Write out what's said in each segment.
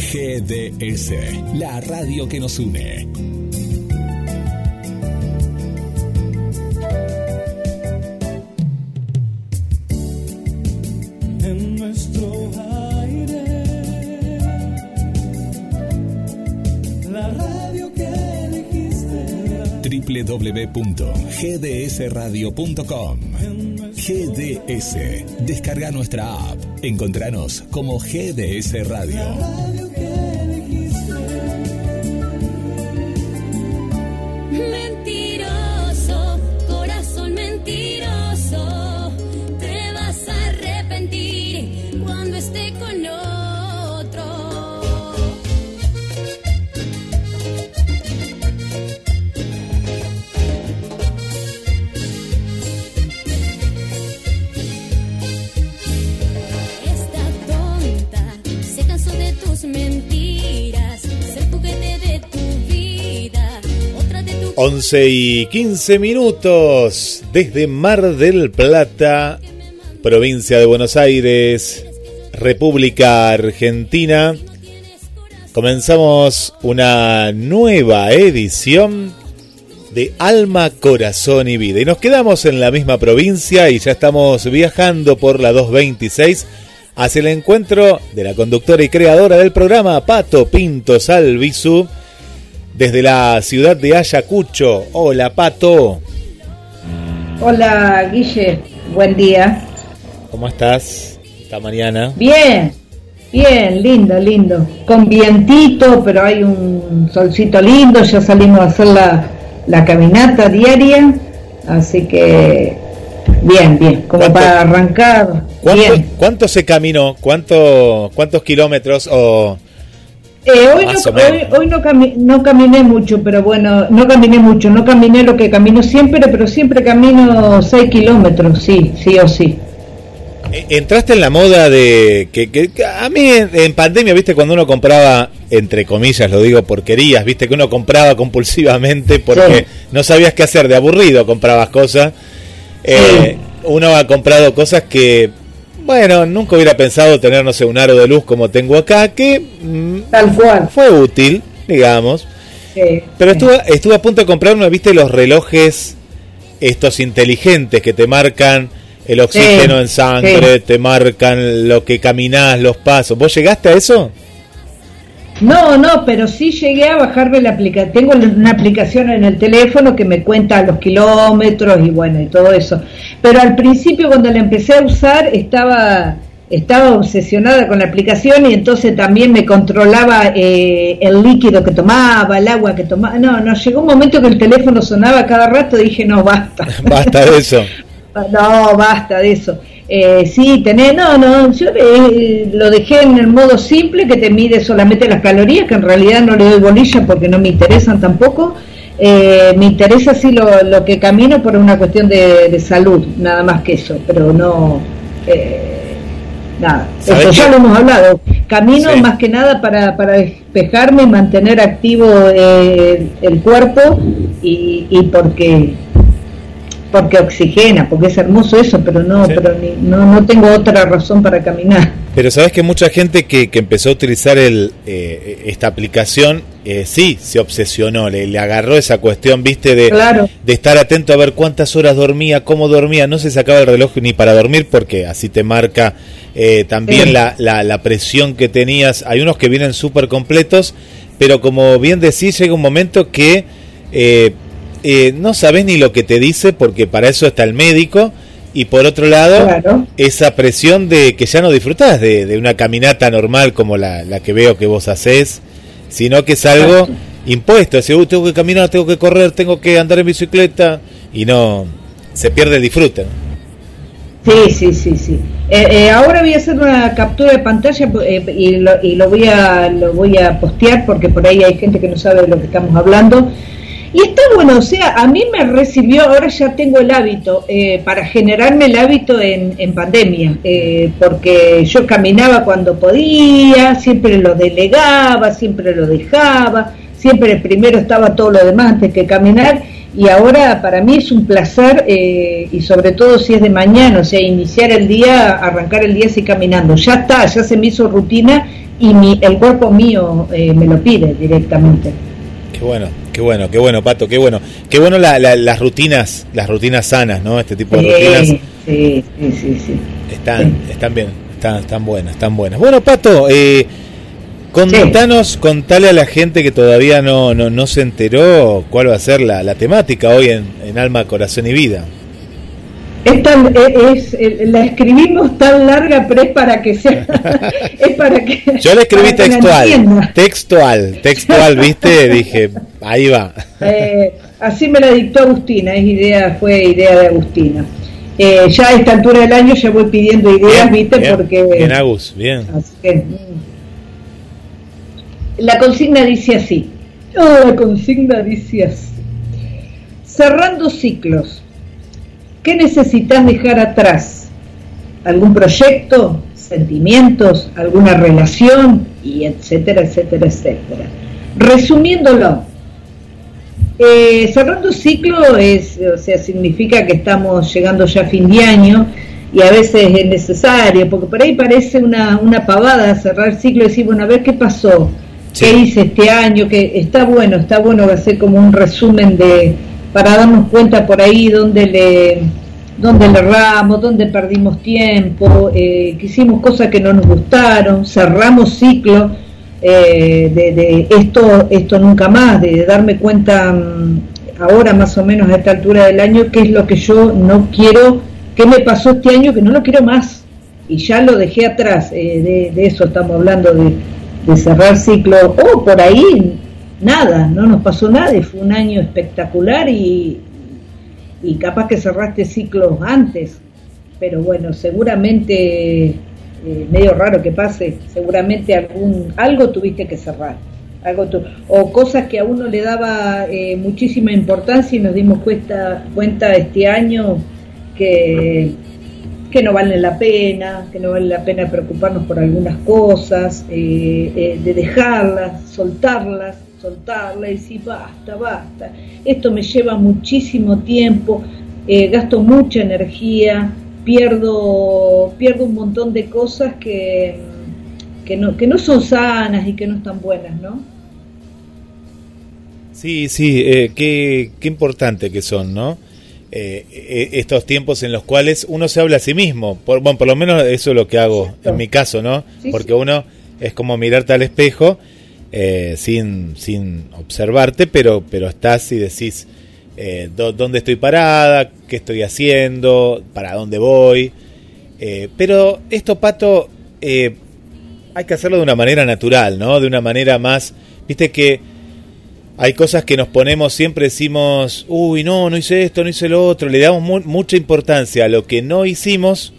GDS, la radio que nos une. En nuestro aire, la radio que elegiste. www.gdsradio.com. GDS. Descarga nuestra app. Encontranos como GDS Radio. Mentiroso, corazón mentiroso, te vas a arrepentir cuando esté con otro. Esta tonta se cansó de tus mentiras, ser juguete de tu vida, otra de tu 11:15 desde Mar del Plata, provincia de Buenos Aires, República Argentina. Comenzamos una nueva edición de Alma, Corazón y Vida. Y nos quedamos en la misma provincia y ya estamos viajando por la 226 hacia el encuentro de la conductora y creadora del programa, Pato Pinto Salvizu, desde la ciudad de Ayacucho. Hola, Pato. Hola, Guille. Buen día. ¿Cómo estás esta mañana? Bien, lindo. Con vientito, pero hay un solcito lindo. Ya salimos a hacer la caminata diaria. Así que bien. Como para arrancar. ¿Cuánto se caminó? ¿Cuántos kilómetros? Hoy no caminé mucho, pero bueno, no caminé lo que camino siempre, pero siempre camino 6 kilómetros, sí o sí. Entraste en la moda de que a mí en pandemia, viste, cuando uno compraba, entre comillas lo digo, porquerías, viste, que uno compraba compulsivamente porque no sabías qué hacer, de aburrido comprabas cosas. Uno ha comprado cosas que, bueno, nunca hubiera pensado tener, no sé, un aro de luz como tengo acá, que tal cual fue útil, digamos. Pero estuve a punto de comprarme, viste, los relojes estos inteligentes que te marcan el oxígeno en sangre, te marcan lo que caminás, los pasos. ¿Vos llegaste a eso? No, pero sí llegué a bajarme la aplicación. Tengo una aplicación en el teléfono que me cuenta los kilómetros y bueno, y todo eso. Pero al principio, cuando la empecé a usar, estaba obsesionada con la aplicación y entonces también me controlaba el líquido que tomaba, el agua que tomaba. No, llegó un momento que el teléfono sonaba cada rato y dije, no, basta. Basta de eso. No, basta de eso. Yo lo dejé en el modo simple, que te mide solamente las calorías, que en realidad no le doy bolilla porque no me interesan tampoco. Me interesa sí lo que camino por una cuestión de salud, nada más que eso, pero no... nada, eso ya lo hemos hablado. Camino más que nada para despejarme y mantener activo el cuerpo y porque oxigena, porque es hermoso eso, pero no no tengo otra razón para caminar. Pero sabes que mucha gente que empezó a utilizar esta aplicación se obsesionó, le agarró esa cuestión, viste, de estar atento a ver cuántas horas dormía, cómo dormía, no se sacaba el reloj ni para dormir porque así te marca también la presión que tenías. Hay unos que vienen súper completos, pero como bien decís, llega un momento que no sabes ni lo que te dice porque para eso está el médico. Y por otro lado, esa presión de que ya no disfrutás de una caminata normal como la que veo que vos hacés, sino que es algo impuesto. Es decir, tengo que caminar, tengo que correr, tengo que andar en bicicleta, y no, se pierde el disfrute, ¿no? Sí. Ahora voy a hacer una captura de pantalla y lo voy a postear porque por ahí hay gente que no sabe de lo que estamos hablando. Y está bueno, o sea, a mí me recibió, ahora ya tengo el hábito, para generarme el hábito en pandemia, porque yo caminaba cuando podía, siempre lo delegaba, siempre lo dejaba, siempre primero estaba todo lo demás antes que caminar, y ahora para mí es un placer, y sobre todo si es de mañana, o sea, iniciar el día, arrancar el día así caminando. Ya está, ya se me hizo rutina el cuerpo mío me lo pide directamente. Qué bueno, Pato, qué bueno las rutinas sanas, ¿no? Este tipo de rutinas. Sí. Están bien, están buenas. Bueno, Pato, contale a la gente que todavía no se enteró cuál va a ser la temática hoy en Alma, Corazón y Vida. La escribimos tan larga, pero es para que sea es para que yo la escribí textual, ¿viste? Dije, ahí va. Así me la dictó Agustina, fue idea de Agustina. Ya a esta altura del año ya voy pidiendo ideas, bien, ¿viste? Bien, porque bien, Agus, bien. Así que, la consigna dice así. Cerrando ciclos. ¿Qué necesitas dejar atrás? ¿Algún proyecto? ¿Sentimientos? ¿Alguna relación? Y etcétera. Resumiéndolo, cerrando ciclo significa que estamos llegando ya a fin de año y a veces es necesario, porque por ahí parece una pavada cerrar ciclo y decir, bueno, a ver qué pasó, qué hice este año, que está bueno hacer como un resumen para darnos cuenta por ahí dónde le erramos, dónde perdimos tiempo, que hicimos cosas que no nos gustaron, cerramos ciclo de esto nunca más, de darme cuenta ahora más o menos a esta altura del año qué es lo que yo no quiero, qué me pasó este año que no lo quiero más y ya lo dejé atrás, de eso estamos hablando, de cerrar ciclo, por ahí nada, no nos pasó nada y fue un año espectacular y capaz que cerraste ciclos antes, pero bueno, seguramente, medio raro que pase, seguramente algo tuviste que cerrar, o cosas que a uno le daba muchísima importancia y nos dimos cuenta este año que no vale la pena preocuparnos por algunas cosas, de dejarlas, soltarla y decir basta, esto me lleva muchísimo tiempo, gasto mucha energía, pierdo un montón de cosas que no son sanas y que no están buenas, ¿no? Sí, qué importante que son, ¿no? Estos tiempos en los cuales uno se habla a sí mismo, por lo menos eso es lo que hago en mi caso, ¿no? Porque uno es como mirarte al espejo, sin observarte, pero estás y decís dónde estoy parada, qué estoy haciendo, para dónde voy, pero esto, Pato, hay que hacerlo de una manera natural, ¿no? De una manera más, viste que hay cosas que nos ponemos, siempre decimos, no hice esto, no hice lo otro, le damos mucha importancia a lo que no hicimos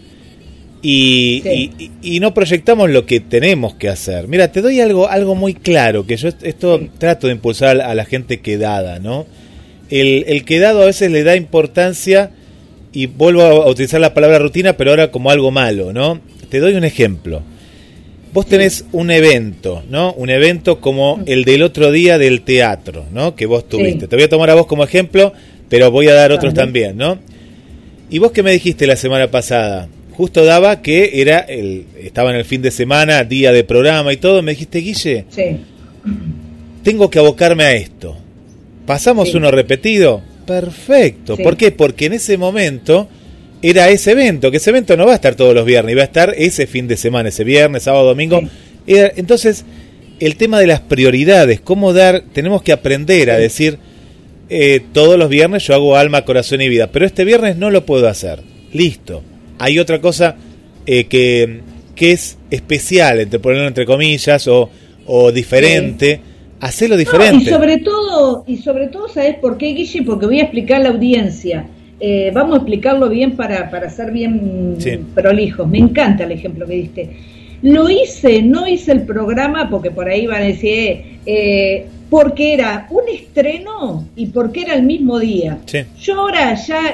y no proyectamos lo que tenemos que hacer. Mira, te doy algo muy claro, que yo esto trato de impulsar a la gente quedada, ¿no? El quedado a veces le da importancia, y vuelvo a utilizar la palabra rutina, pero ahora como algo malo, ¿no? Te doy un ejemplo. Vos tenés un evento, ¿no? Un evento como el del otro día del teatro, ¿no? Que vos tuviste. Te voy a tomar a vos como ejemplo, pero voy a dar otros también, ¿no? Y vos, ¿qué me dijiste la semana pasada? Justo daba que estaba en el fin de semana, día de programa y todo. Me dijiste, Guille, tengo que abocarme a esto. ¿Pasamos uno repetido? Perfecto. ¿Por qué? Porque en ese momento era ese evento, que ese evento no va a estar todos los viernes, va a estar ese fin de semana, ese viernes, sábado, domingo. Entonces, el tema de las prioridades, tenemos que aprender a decir, todos los viernes yo hago Alma, Corazón y Vida, pero este viernes no lo puedo hacer. Listo. Hay otra cosa que es especial, ponerlo entre comillas, o diferente. Hacelo diferente. Y sobre todo, ¿sabes por qué, Guille? Porque voy a explicar a la audiencia. Vamos a explicarlo bien para ser bien prolijos. Me encanta el ejemplo que diste. No hice el programa porque por ahí van a decir, porque era un estreno y porque era el mismo día. Yo ahora ya,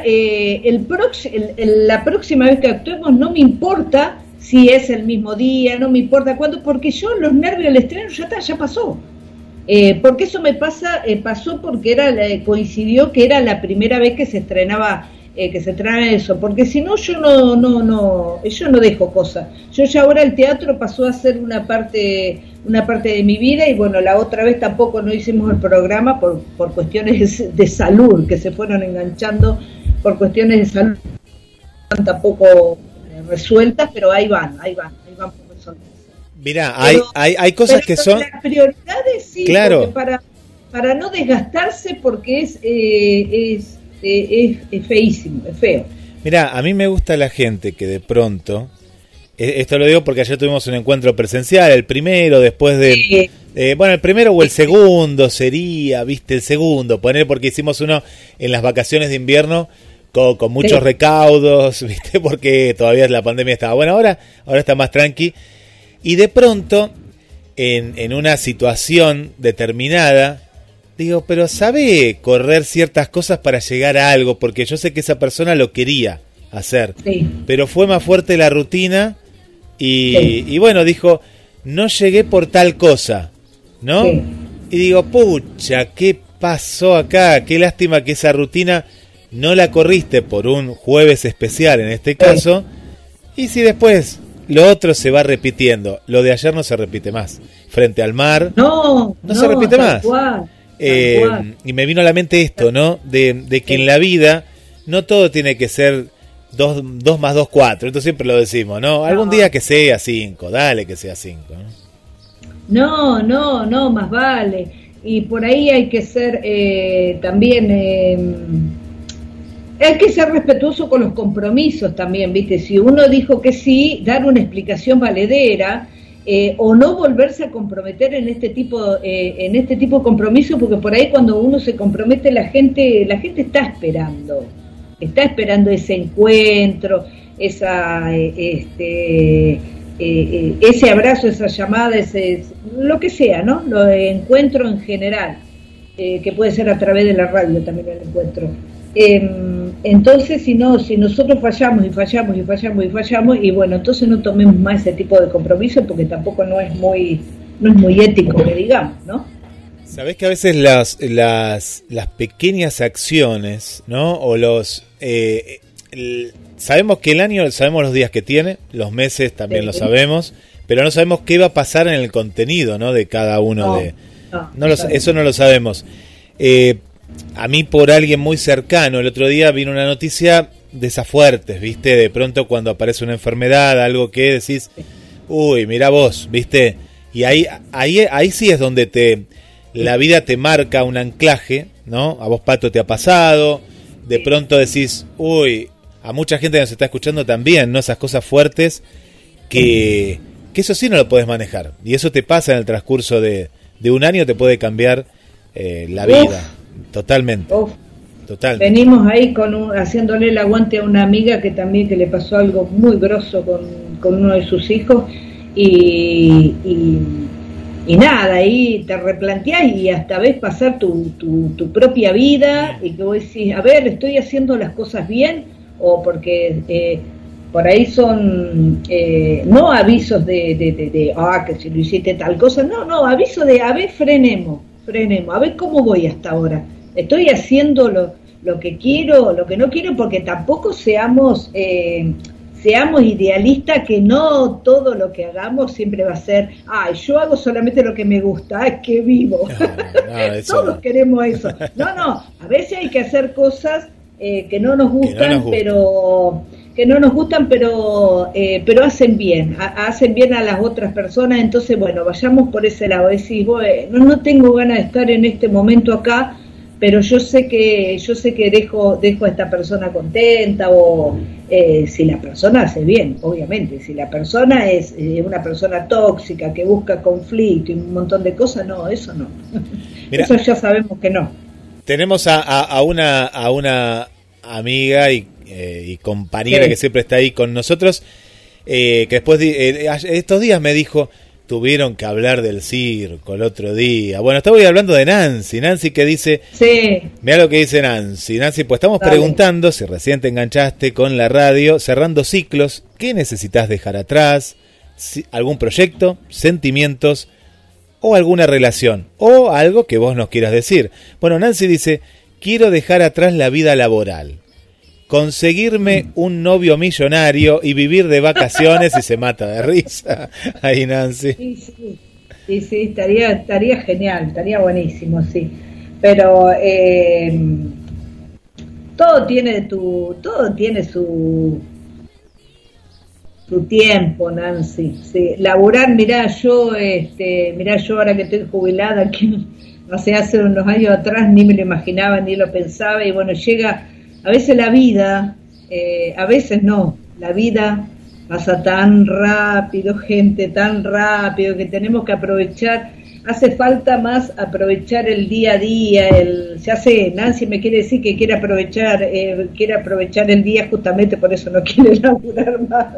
la próxima vez que actuemos no me importa si es el mismo día, no me importa cuándo, porque yo los nervios del estreno ya pasó. Porque eso me pasó porque coincidió que era la primera vez que se estrenaba que se trae eso, porque si no yo no dejo cosas. Yo ya ahora el teatro pasó a ser una parte de mi vida, y bueno, la otra vez tampoco no hicimos el programa por cuestiones de salud, que se fueron enganchando por cuestiones de salud, tampoco resueltas, pero ahí van por resolverse. Mirá, hay cosas que son... Las prioridades sí, claro, para no desgastarse, porque es feísimo, es feo. Mirá, a mí me gusta la gente que de pronto, esto lo digo porque ayer tuvimos un encuentro presencial, el primero, después de... bueno, el primero o el segundo sería, viste, el segundo, porque hicimos uno en las vacaciones de invierno con muchos recaudos, viste, porque todavía la pandemia estaba... Bueno, ahora está más tranqui, y de pronto, en una situación determinada, digo, pero sabe correr ciertas cosas para llegar a algo, porque yo sé que esa persona lo quería hacer, pero fue más fuerte la rutina y bueno, dijo, no llegué por tal cosa, ¿no? Sí. Y digo, pucha, ¿qué pasó acá? Qué lástima que esa rutina no la corriste por un jueves especial en este caso, y si después lo otro se va repitiendo, lo de ayer no se repite más, frente al mar, no se repite más. Y me vino a la mente esto, ¿no? De que en la vida no todo tiene que ser 2 más 2, 4. Esto siempre lo decimos, ¿no? Algún día que sea 5, dale que sea 5, ¿no? No, más vale. Y por ahí hay que ser también... hay que ser respetuoso con los compromisos también, ¿viste? Si uno dijo que sí, dar una explicación valedera... o no volverse a comprometer en este tipo de compromiso, porque por ahí cuando uno se compromete la gente está esperando ese encuentro, ese abrazo, esa llamada, lo que sea, ¿no? Lo encuentro en general, que puede ser a través de la radio también el encuentro. Entonces si nosotros fallamos, y bueno, entonces no tomemos más ese tipo de compromiso, porque tampoco no es muy ético, que digamos, ¿no? Sabés que a veces las pequeñas acciones, ¿no? O sabemos que el año, sabemos los días que tiene, los meses también lo sabemos, pero no sabemos qué va a pasar en el contenido, ¿no? De cada uno eso no lo sabemos. A mí, por alguien muy cercano, el otro día vino una noticia de esas fuertes, ¿viste? De pronto cuando aparece una enfermedad, algo que decís, uy, mira vos, ¿viste? Y ahí sí es donde la vida te marca un anclaje, ¿no? A vos, Pato, te ha pasado, de pronto decís, uy, a mucha gente que nos está escuchando también, ¿no? Esas cosas fuertes que eso sí no lo podés manejar. Y eso te pasa en el transcurso de un año, te puede cambiar la vida. Totalmente. Venimos ahí haciéndole el aguante a una amiga que le pasó algo muy grosso con uno de sus hijos, y nada, ahí te replanteás y hasta ves pasar tu propia vida, y que vos decís, a ver, ¿estoy haciendo las cosas bien? O porque por ahí son no avisos de que si lo hiciste tal cosa, no, aviso de, a ver, frenemos, a ver cómo voy hasta ahora. Estoy haciendo lo que quiero, lo que no quiero, porque tampoco seamos idealistas, que no todo lo que hagamos siempre va a ser, yo hago solamente lo que me gusta, que vivo. No, todos queremos eso. No, a veces hay que hacer cosas que no nos gustan, pero hacen bien a las otras personas. Entonces, bueno, vayamos por ese lado. Decís, bueno, no tengo ganas de estar en este momento acá, pero yo sé que dejo a esta persona contenta, o si la persona hace bien, obviamente. Si la persona es una persona tóxica que busca conflicto y un montón de cosas, no, eso no. Mirá, eso ya sabemos que no. Tenemos a una amiga y compañera que siempre está ahí con nosotros, que después estos días me dijo, tuvieron que hablar del circo el otro día. Bueno, estaba hablando de Nancy que dice, mira lo que dice Nancy, pues estamos preguntando si recién te enganchaste con la radio, cerrando ciclos, ¿qué necesitas dejar atrás? ¿Algún proyecto, sentimientos o alguna relación? O algo que vos nos quieras decir. Bueno, Nancy dice, quiero dejar atrás la vida laboral. conseguirme un novio millonario y vivir de vacaciones y se mata de risa. Ahí Nancy. Sí, estaría genial, estaría buenísimo, sí. Pero todo tiene su tiempo, Nancy. Sí. Laburar, mirá, yo ahora que estoy jubilada, que hace unos años atrás ni me lo imaginaba, ni lo pensaba, y bueno, llega, a veces la vida, a veces no, la vida pasa tan rápido, gente, tan rápido, que tenemos que aprovechar. Hace falta más aprovechar el día a día. Ya sé, Nancy me quiere decir que quiere aprovechar el día, justamente por eso no quiere laburar más.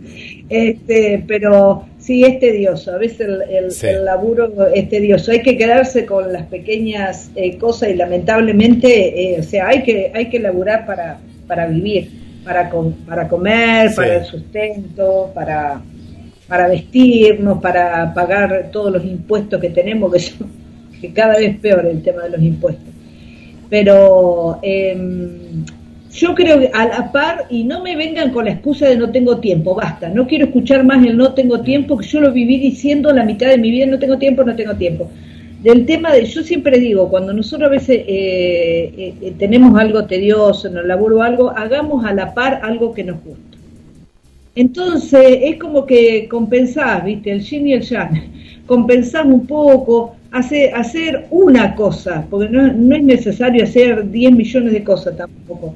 Pero sí, es tedioso. A veces el laburo es tedioso. Hay que quedarse con las pequeñas cosas y lamentablemente, hay que laburar para vivir, para comer, para el sustento, para vestirnos, para pagar todos los impuestos que tenemos, que cada vez peor el tema de los impuestos. Pero yo creo que a la par, y no me vengan con la excusa de no tengo tiempo, basta, no quiero escuchar más el no tengo tiempo, que yo lo viví diciendo la mitad de mi vida, no tengo tiempo. Del tema yo siempre digo, cuando nosotros a veces tenemos algo tedioso en el laburo o algo, hagamos a la par algo que nos gusta. Entonces es como que compensás, ¿viste? El yin y el yang. Compensás un poco, hacer una cosa, porque no es necesario hacer 10 millones de cosas tampoco.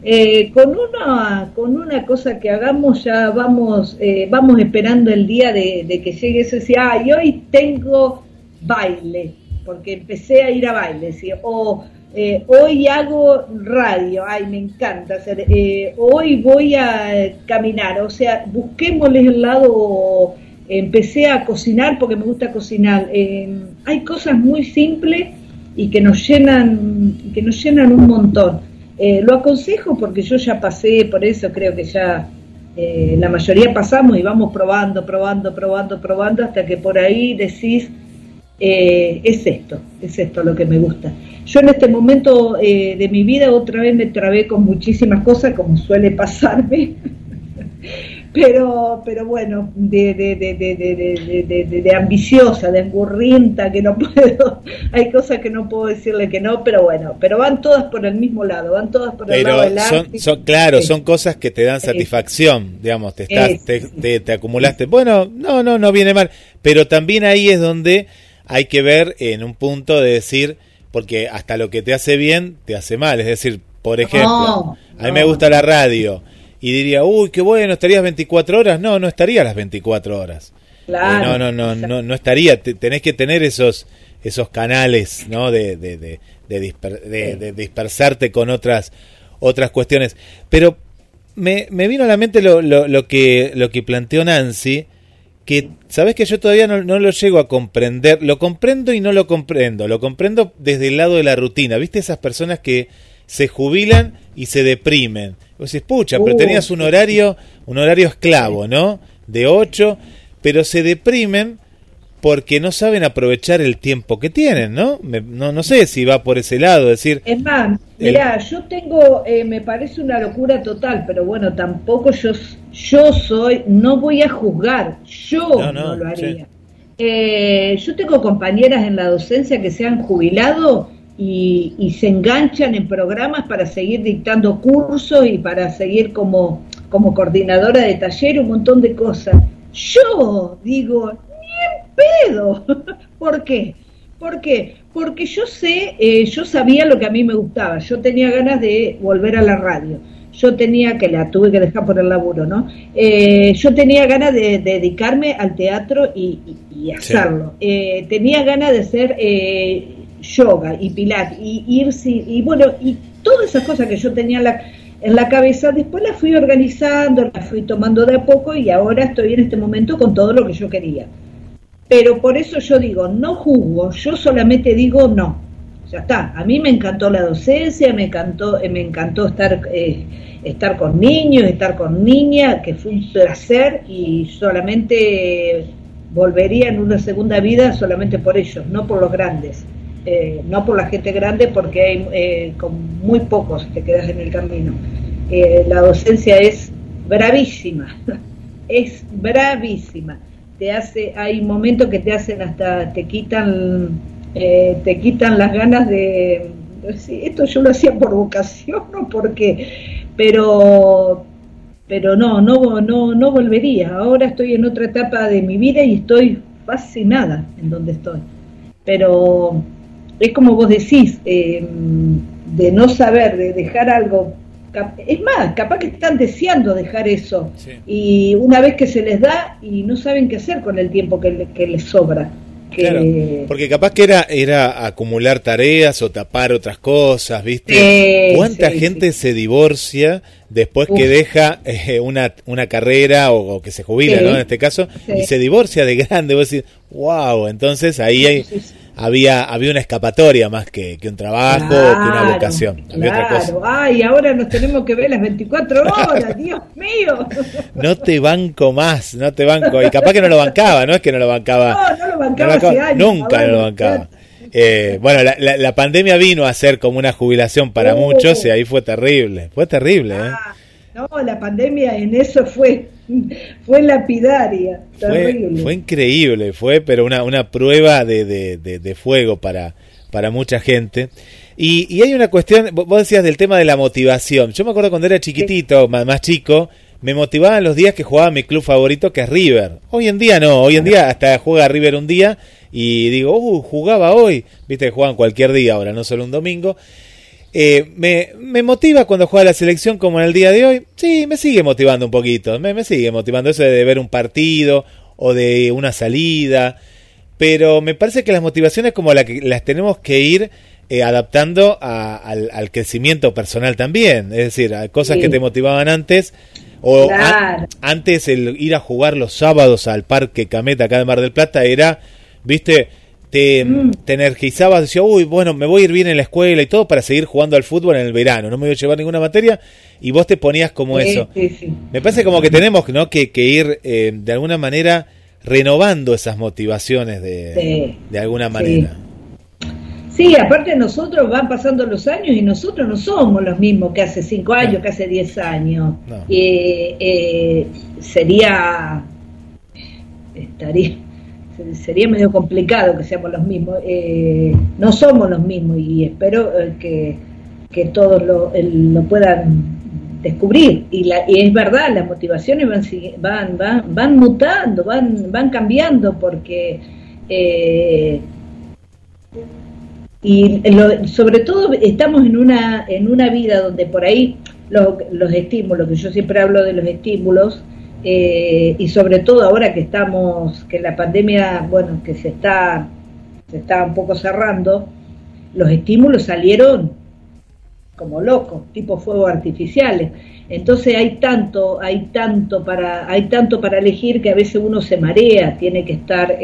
Con una cosa que hagamos ya vamos esperando el día de que llegue eso y decir, y hoy tengo baile, porque empecé a ir a baile, ¿sí? Hoy hago radio, me encanta hacer, hoy voy a caminar, o sea, busquémosle el lado, empecé a cocinar porque me gusta cocinar. Hay cosas muy simples y que nos llenan un montón. Lo aconsejo porque yo ya pasé por eso, creo que ya la mayoría pasamos y vamos probando hasta que por ahí decís, es esto lo que me gusta. Yo en este momento de mi vida otra vez me trabé con muchísimas cosas, como suele pasarme, pero bueno, de ambiciosa, de engurrienta, que no puedo, hay cosas que no puedo decirle que no, pero bueno, pero van todas por el mismo lado, van todas por el lado del arte. Son cosas que te dan satisfacción, digamos, te acumulaste, bueno, no viene mal, pero también ahí es donde hay que ver en un punto de decir, porque hasta lo que te hace bien te hace mal, es decir, por ejemplo, a mí me gusta la radio y diría, uy, qué bueno, ¿estarías 24 horas? No estaría las 24 horas. Claro. No estaría, tenés que tener esos canales, ¿no? de dispersarte con otras cuestiones. Pero me vino a la mente lo que planteó Nancy, que sabes que yo todavía no lo llego a comprender, lo comprendo y no lo comprendo desde el lado de la rutina, ¿viste? Esas personas que se jubilan y se deprimen. Vos decís, pucha, pero tenías un horario esclavo, ¿no? De 8, pero se deprimen porque no saben aprovechar el tiempo que tienen, ¿no? No sé si va por ese lado, decir... Es más, mirá, yo tengo, me parece una locura total, pero bueno, tampoco yo soy, no voy a juzgar, yo no lo haría. Sí. Yo tengo compañeras en la docencia que se han jubilado y se enganchan en programas para seguir dictando cursos y para seguir como coordinadora de taller, un montón de cosas. Yo digo, ni en pedo. ¿Por qué? Porque yo sabía lo que a mí me gustaba. Yo tenía ganas de volver a la radio. Yo tenía, que la tuve que dejar por el laburo, ¿no? Yo tenía ganas de dedicarme al teatro y hacerlo. Sí. Tenía ganas de hacer yoga y pilates y irse y bueno, y todas esas cosas que yo tenía en la cabeza, después las fui organizando, las fui tomando de a poco y ahora estoy en este momento con todo lo que yo quería. Pero por eso yo digo, no juzgo, yo solamente digo no. Ya está, a mí me encantó la docencia, me encantó estar con niños, estar con niñas, que fue un placer y solamente volvería en una segunda vida solamente por ellos, no por los grandes. No por la gente grande, porque hay con muy pocos te quedas en el camino. la docencia es bravísima, es bravísima. Hay momentos que te hacen hasta, te quitan las ganas de decir, esto yo lo hacía por vocación, no porque, pero no volvería. Ahora estoy en otra etapa de mi vida y estoy fascinada en donde estoy. Pero es como vos decís, de no saber, de dejar algo. Es más, capaz que están deseando dejar eso, sí. Y una vez que se les da y no saben qué hacer con el tiempo que les sobra. Claro, porque capaz que era acumular tareas o tapar otras cosas, ¿viste? ¿Cuánta gente se divorcia después que deja una carrera o que se jubila, ¿no? En este caso, y se divorcia de grande? Vos decís, wow, entonces ahí había una escapatoria más que un trabajo, claro, que una vocación. Había otra cosa. Ay, ahora nos tenemos que ver las 24 horas, Dios mío. No te banco más, no te banco. Y capaz que no lo bancaba, no es que no lo bancaba. No lo bancaba hace años. Nunca no lo bancaba. Bueno, la pandemia vino a ser como una jubilación para muchos y ahí fue terrible. Fue terrible, No, la pandemia en eso fue lapidaria, terrible. Fue increíble, pero una prueba de fuego para mucha gente. Y hay una cuestión, vos decías del tema de la motivación. Yo me acuerdo cuando era chiquitito, más chico, me motivaban los días que jugaba mi club favorito, que es River. Hoy en día no, hoy en día hasta juega River un día y digo, jugaba hoy. Viste que juegan cualquier día ahora, no solo un domingo. Me motiva cuando juega la selección como en el día de hoy. Sí, me sigue motivando un poquito, me sigue motivando eso de ver un partido o de una salida, pero me parece que las motivaciones como las tenemos que ir adaptando al crecimiento personal también, es decir, a cosas que te motivaban antes o claro. Antes el ir a jugar los sábados al Parque Cameta acá de Mar del Plata era, viste, te energizabas, decías, bueno, me voy a ir bien en la escuela y todo para seguir jugando al fútbol en el verano, no me voy a llevar ninguna materia, y vos te ponías como eso. Sí. Me parece como que tenemos, ¿no?, que ir de alguna manera renovando esas motivaciones de alguna manera. Sí, aparte nosotros van pasando los años y nosotros no somos los mismos que hace 5 años, que hace 10 años. No. Sería medio complicado que seamos los mismos. No somos los mismos y espero que todos lo puedan descubrir. Y es verdad, las motivaciones van mutando, van cambiando porque... sobre todo estamos en una vida donde por ahí los estímulos, que yo siempre hablo de los estímulos, y sobre todo ahora que la pandemia, bueno, que se está un poco cerrando, los estímulos salieron como locos, tipo fuegos artificiales. Entonces hay tanto para elegir que a veces uno se marea, tiene que estar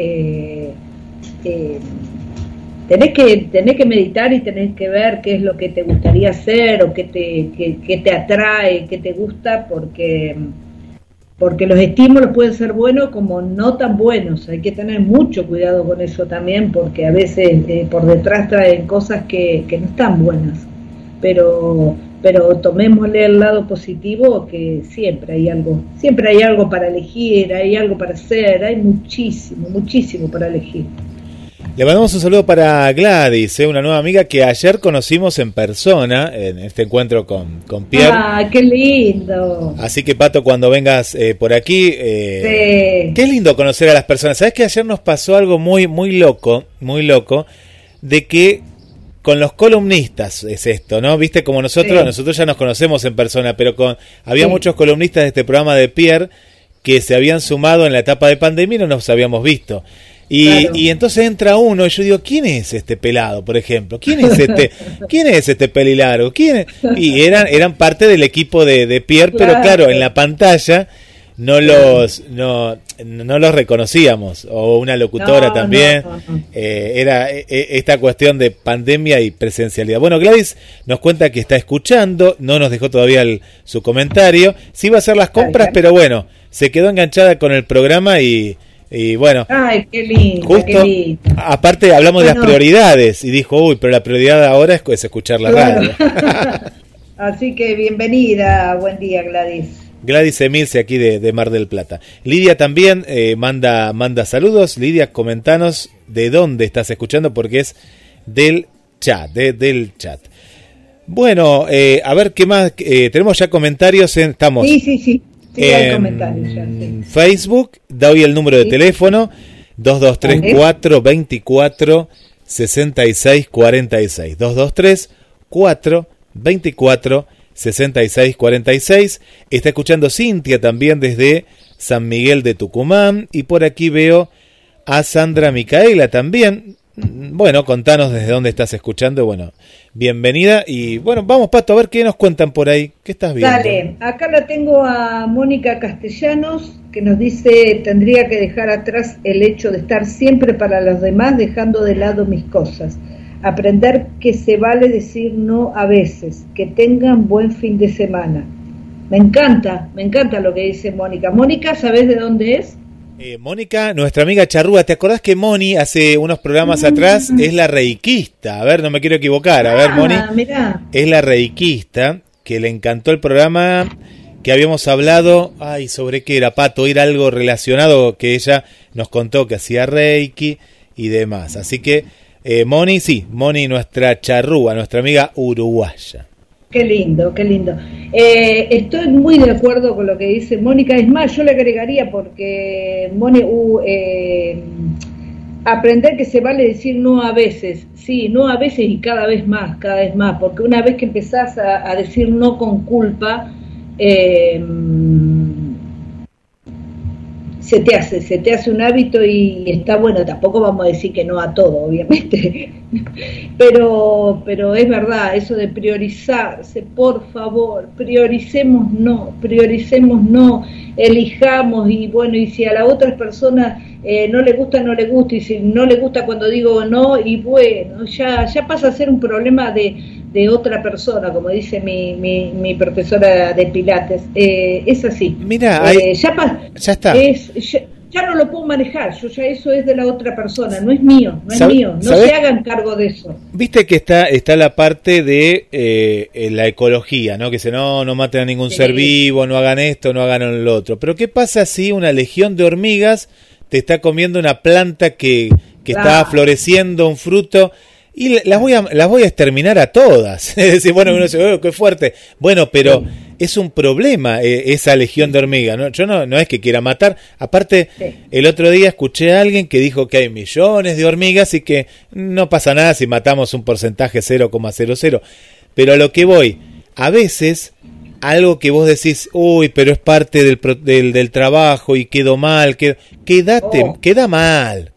tenés que meditar y tenés que ver qué es lo que te gustaría hacer o qué te atrae, qué te gusta, porque los estímulos pueden ser buenos como no tan buenos. Hay que tener mucho cuidado con eso también, porque a veces por detrás traen cosas que no están buenas. Pero tomémosle el lado positivo, que siempre hay algo para elegir, hay algo para hacer, hay muchísimo para elegir. Le mandamos un saludo para Gladys, una nueva amiga que ayer conocimos en persona, en este encuentro con Pierre. ¡Ah, qué lindo! Así que, Pato, cuando vengas por aquí, qué lindo conocer a las personas. ¿Sabés que ayer nos pasó algo muy loco, de que con los columnistas es esto, ¿no? Viste, como nosotros ya nos conocemos en persona, pero había muchos columnistas de este programa de Pierre que se habían sumado en la etapa de pandemia y no nos habíamos visto. Y entonces entra uno y yo digo, ¿quién es este pelado, por ejemplo? ¿Quién es este pelilargo? ¿Quién es? Y eran parte del equipo de Pierre, pero claro, en la pantalla no los reconocíamos, o una locutora también. Era esta cuestión de pandemia y presencialidad. Bueno, Gladys nos cuenta que está escuchando, no nos dejó todavía su comentario, sí iba a hacer las compras, pero bueno, se quedó enganchada con el programa y bueno, ay, qué lindo, justo, qué lindo. Aparte hablamos de las prioridades y dijo, pero la prioridad ahora es escuchar la radio. Así que bienvenida, buen día, Gladys. Gladys Emilce aquí de Mar del Plata. Lidia también manda saludos. Lidia, comentanos de dónde estás escuchando, porque es del chat, del chat. Bueno, a ver qué más. Tenemos ya comentarios. Estamos sí, hay comentarios ya, sí. Facebook, da hoy el número de teléfono, 2234-24-6646. 223-424-6646. Está escuchando Cintia también desde San Miguel de Tucumán. Y por aquí veo a Sandra Micaela también. Bueno, contanos desde dónde estás escuchando. Bueno, bienvenida. Y bueno, vamos, Pato, a ver qué nos cuentan por ahí. ¿Qué estás viendo? Dale, acá la tengo a Mónica Castellanos, que nos dice: tendría que dejar atrás el hecho de estar siempre para los demás, dejando de lado mis cosas. Aprender que se vale decir no a veces. Que tengan buen fin de semana. Me encanta lo que dice Mónica. Mónica, ¿sabés de dónde es? Mónica, nuestra amiga charrúa. ¿Te acordás que Moni hace unos programas atrás es la reikista? A ver, no me quiero equivocar. A ver, Moni, mirá. Es la reikista, que le encantó el programa, que habíamos hablado, ¿sobre qué era, Pato? Era algo relacionado, que ella nos contó que hacía reiki y demás. Así que, Moni, nuestra charrúa, nuestra amiga uruguaya. Qué lindo. Estoy muy de acuerdo con lo que dice Mónica. Es más, yo le agregaría, porque aprender que se vale decir no a veces. Sí, no a veces y cada vez más. Porque una vez que empezás a decir no con culpa, se te hace un hábito y está bueno. Tampoco vamos a decir que no a todo, obviamente, pero es verdad, eso de priorizarse, por favor, prioricemos no, elijamos. Y bueno, y si a la otra persona no le gusta, y si no le gusta cuando digo no, y bueno, ya pasa a ser un problema de otra persona, como dice mi profesora de Pilates. Es así. Mira, ya está. Ya no lo puedo manejar, ya eso es de la otra persona, no es mío, no ¿sabés? Se hagan cargo de eso. Viste que está la parte de la ecología, ¿no? Que dice, no maten a ningún ser vivo, no hagan esto, no hagan lo otro. Pero ¿qué pasa si una legión de hormigas te está comiendo una planta que está floreciendo, un fruto? Y las voy a exterminar a todas. Es decir, bueno, uno dice, qué fuerte. Bueno, pero es un problema esa legión de hormigas, ¿no? Yo no es que quiera matar. Aparte, el otro día escuché a alguien que dijo que hay millones de hormigas y que no pasa nada si matamos un porcentaje 0,00. Pero a lo que voy, a veces algo que vos decís, pero es parte del trabajo y quedó mal, queda mal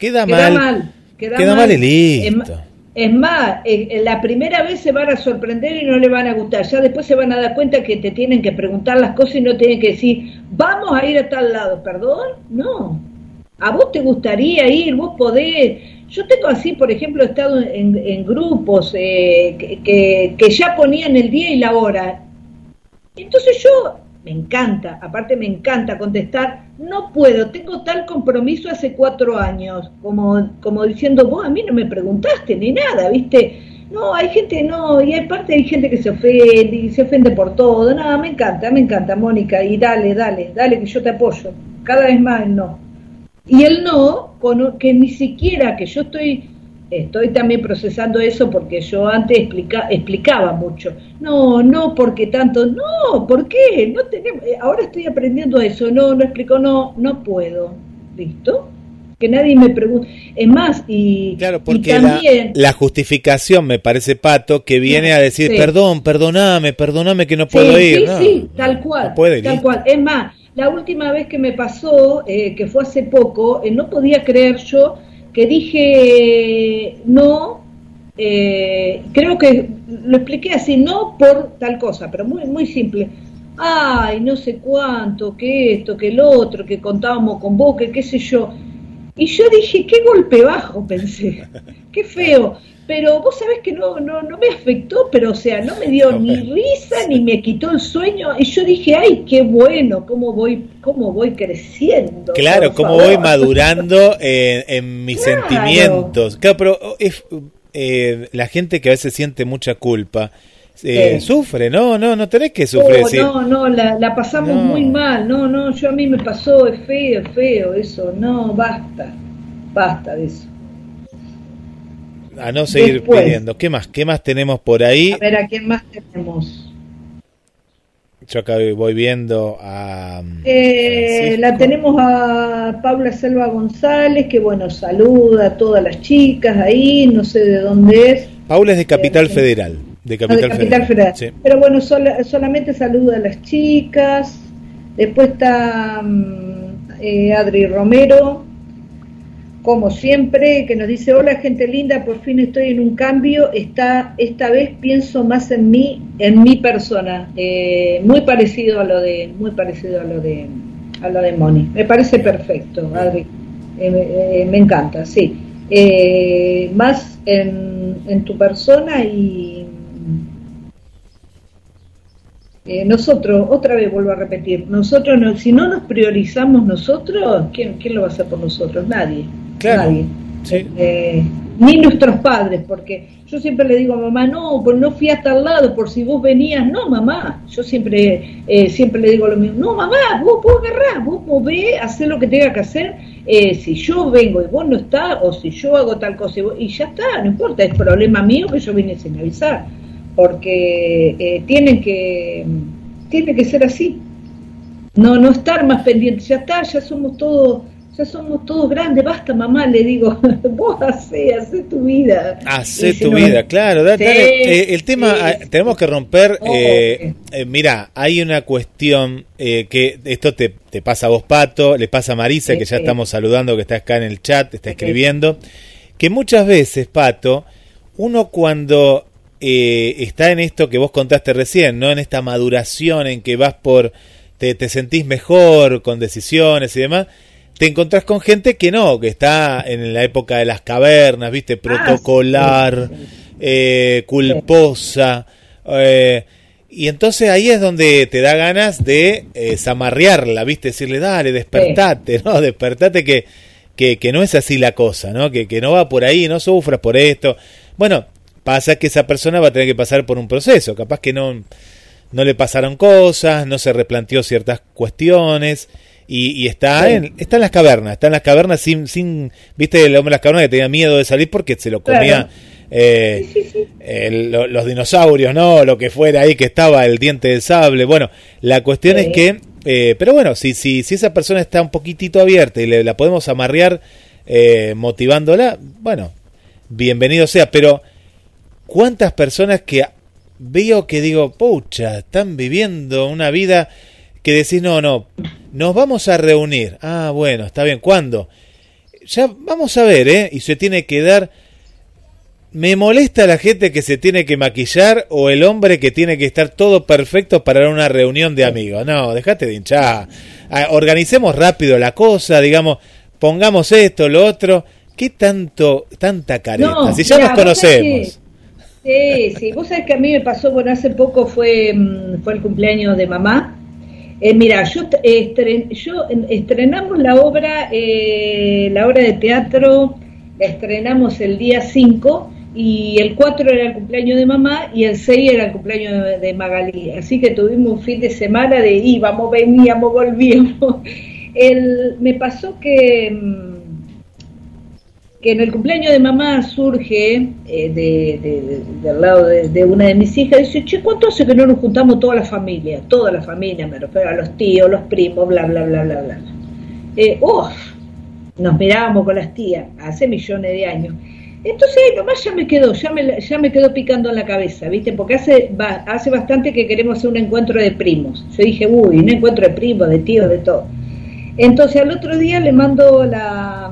y listo. Es más, la primera vez se van a sorprender y no le van a gustar. Ya después se van a dar cuenta que te tienen que preguntar las cosas y no tienen que decir, vamos a ir a tal lado. ¿Perdón? No. ¿A vos te gustaría ir? ¿Vos podés? Yo tengo así, por ejemplo, he estado en grupos que ya ponían el día y la hora. Entonces yo, me encanta contestar, no puedo, tengo tal compromiso hace 4 años, como diciendo, vos a mí no me preguntaste ni nada, ¿viste? No, hay gente, y aparte hay gente que se ofende por todo. Nada, me encanta, Mónica, y dale, que yo te apoyo, cada vez más el no. Y el no, que ni siquiera, que yo estoy también procesando eso, porque yo antes explicaba mucho. No, porque tanto, no, ¿por qué? No tenemos, ahora estoy aprendiendo eso, no explico, no puedo, ¿listo? Que nadie me pregunte. Es más, claro, porque y también, la justificación, me parece, Pato, que viene a decir, perdóname que no puedo ir. Sí, tal cual, no puedo ir, tal cual. Es más, la última vez que me pasó, que fue hace poco, no podía creer yo que dije no, creo que lo expliqué así, no por tal cosa, pero muy, muy simple. Ay, no sé cuánto, que esto, que el otro, que contábamos con vos, que qué sé yo. Y yo dije, qué golpe bajo, pensé, qué feo. Pero vos sabés que no me afectó, pero o sea, no me dio ni risa, ni me quitó el sueño. Y yo dije, ay, qué bueno, cómo voy creciendo. Claro, cómo voy madurando en mis sentimientos. Claro, pero la gente que a veces siente mucha culpa, sufre, no tenés que sufrir. No, la pasamos muy mal, yo a mí me pasó, es feo eso, basta de eso. A no seguir pidiendo. ¿Qué más tenemos por ahí? A ver, ¿a quién más tenemos? Yo acá voy viendo a... la tenemos a Paula Selva González, que saluda a todas las chicas ahí, no sé de dónde es. Paula es de Capital Federal. De Capital Federal. Sí. Pero solamente saluda a las chicas. Después está Adri Romero, como siempre, que nos dice: hola gente linda, por fin estoy en un cambio, esta vez pienso más en mi persona, muy parecido a lo de Moni. Me parece perfecto, Adri, me encanta, sí. Más en tu persona y nosotros, otra vez vuelvo a repetir, nosotros si no nos priorizamos nosotros, ¿quién lo va a hacer por nosotros? Nadie. Claro, nadie. Sí. Ni nuestros padres, porque yo siempre le digo a mamá, pues no fui hasta al lado, por si vos venías, no mamá, yo siempre le digo lo mismo, no mamá, vos agarrás, vos movés, hacés lo que tenga que hacer, si yo vengo y vos no estás, o si yo hago tal cosa y ya está, no importa, es problema mío que yo vine sin avisar, porque tiene que ser así, no estar más pendientes, ya está, ya somos todos grandes, basta mamá, le digo, vos hacé tu vida. Hacé tu vida, claro. Dale. El tema, tenemos que romper, mira, hay una cuestión que esto te pasa a vos, Pato, le pasa a Marisa, que ya estamos saludando, que está acá en el chat, está escribiendo, que muchas veces, Pato, uno cuando está en esto que vos contaste recién, ¿no? En esta maduración en que vas te sentís mejor con decisiones y demás, te encontrás con gente que está en la época de las cavernas, ¿viste? Protocolar, culposa, y entonces ahí es donde te da ganas de zamarrearla, ¿viste? Decirle, dale, despertate, ¿no? Despertate que no es así la cosa, ¿no? Que no va por ahí, no sufras por esto. Bueno, pasa que esa persona va a tener que pasar por un proceso, capaz que no le pasaron cosas, no se replanteó ciertas cuestiones, y está en las cavernas, sin viste el hombre de las cavernas que tenía miedo de salir porque se lo comía los dinosaurios, ¿no? Lo que fuera ahí que estaba, el diente de sable. Bueno, la cuestión es que, pero bueno, si esa persona está un poquitito abierta y la podemos amarrear motivándola, bueno, bienvenido sea, pero ¿cuántas personas que veo que digo, pucha, están viviendo una vida que decís, no, nos vamos a reunir? Ah, bueno, está bien, ¿cuándo? Ya vamos a ver, y se tiene que dar. Me molesta la gente que se tiene que maquillar o el hombre que tiene que estar todo perfecto para una reunión de amigos. No, dejate de hinchar. Organicemos rápido la cosa, digamos, pongamos esto, lo otro. ¿Qué tanta careta? No, si ya nos conocemos. Sí, vos sabés que a mí me pasó, hace poco fue el cumpleaños de mamá. Mira, estrenamos la obra de teatro, la estrenamos el día 5 y el 4 era el cumpleaños de mamá y el 6 era el cumpleaños de Magalí. Así que tuvimos un fin de semana de íbamos, veníamos, volvíamos. Me pasó que en el cumpleaños de mamá surge del lado de una de mis hijas, dice, che, ¿cuánto hace que no nos juntamos toda la familia, me refiero a los tíos, los primos, bla, bla, bla, bla, bla? Nos mirábamos con las tías hace millones de años. Entonces nomás ya me quedó picando en la cabeza, ¿viste? Porque hace bastante que queremos hacer un encuentro de primos. Yo dije, un encuentro de primos, de tíos, de todo. Entonces al otro día le mando la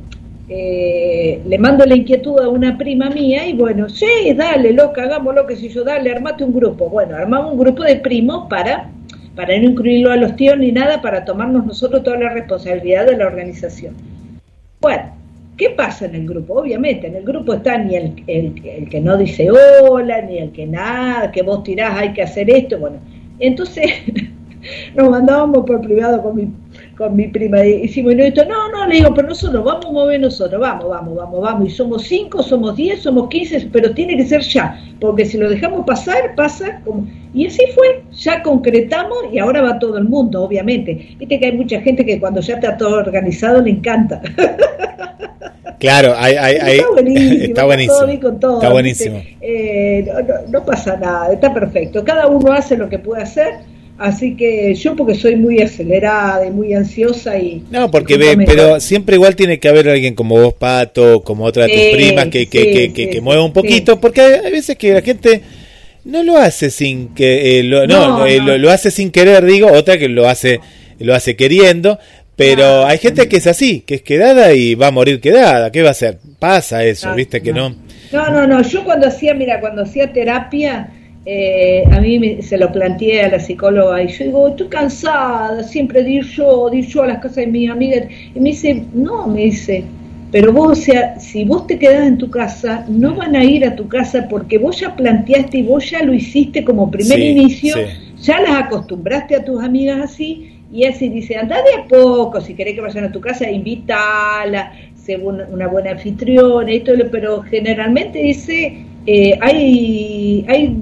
inquietud a una prima mía y bueno, sí, dale, loca, hagámoslo, que si yo, dale, armate un grupo. Bueno, armamos un grupo de primos para no incluirlo a los tíos ni nada, para tomarnos nosotros toda la responsabilidad de la organización. Bueno, ¿qué pasa en el grupo? Obviamente, en el grupo está ni el que no dice hola, ni el que nada, que vos tirás, hay que hacer esto, bueno. Entonces, nos mandábamos por privado con con mi prima, hicimos esto, no, le digo, pero nosotros vamos a mover nosotros, vamos, y somos 5, somos 10, somos 15, pero tiene que ser ya, porque si lo dejamos pasar, pasa como... Y así fue, ya concretamos y ahora va todo el mundo, obviamente. Viste que hay mucha gente que cuando ya está todo organizado le encanta. Claro, está buenísimo. Está buenísimo. No pasa nada, está perfecto. Cada uno hace lo que puede hacer. Así que yo porque soy muy acelerada y muy ansiosa y... No, porque pero siempre igual tiene que haber alguien como vos, Pato, como otra de tus primas que mueva un poquito, porque hay veces que la gente no lo hace sin que... lo hace sin querer, digo, otra que lo hace queriendo, pero hay gente que es así, que es quedada y va a morir quedada, ¿qué va a hacer? Pasa eso, viste que no... No, yo cuando hacía terapia... a mí se lo planteé a la psicóloga y yo digo, estoy cansada siempre de ir yo a las casas de mis amigas, y me dice, pero vos, o sea, si vos te quedás en tu casa, no van a ir a tu casa porque vos ya planteaste y vos ya lo hiciste como primer inicio, ya las acostumbraste a tus amigas así, y así dice, andá de a poco, si querés que vayan a tu casa, invítala, sé una buena anfitriona y todo, pero generalmente dice, hay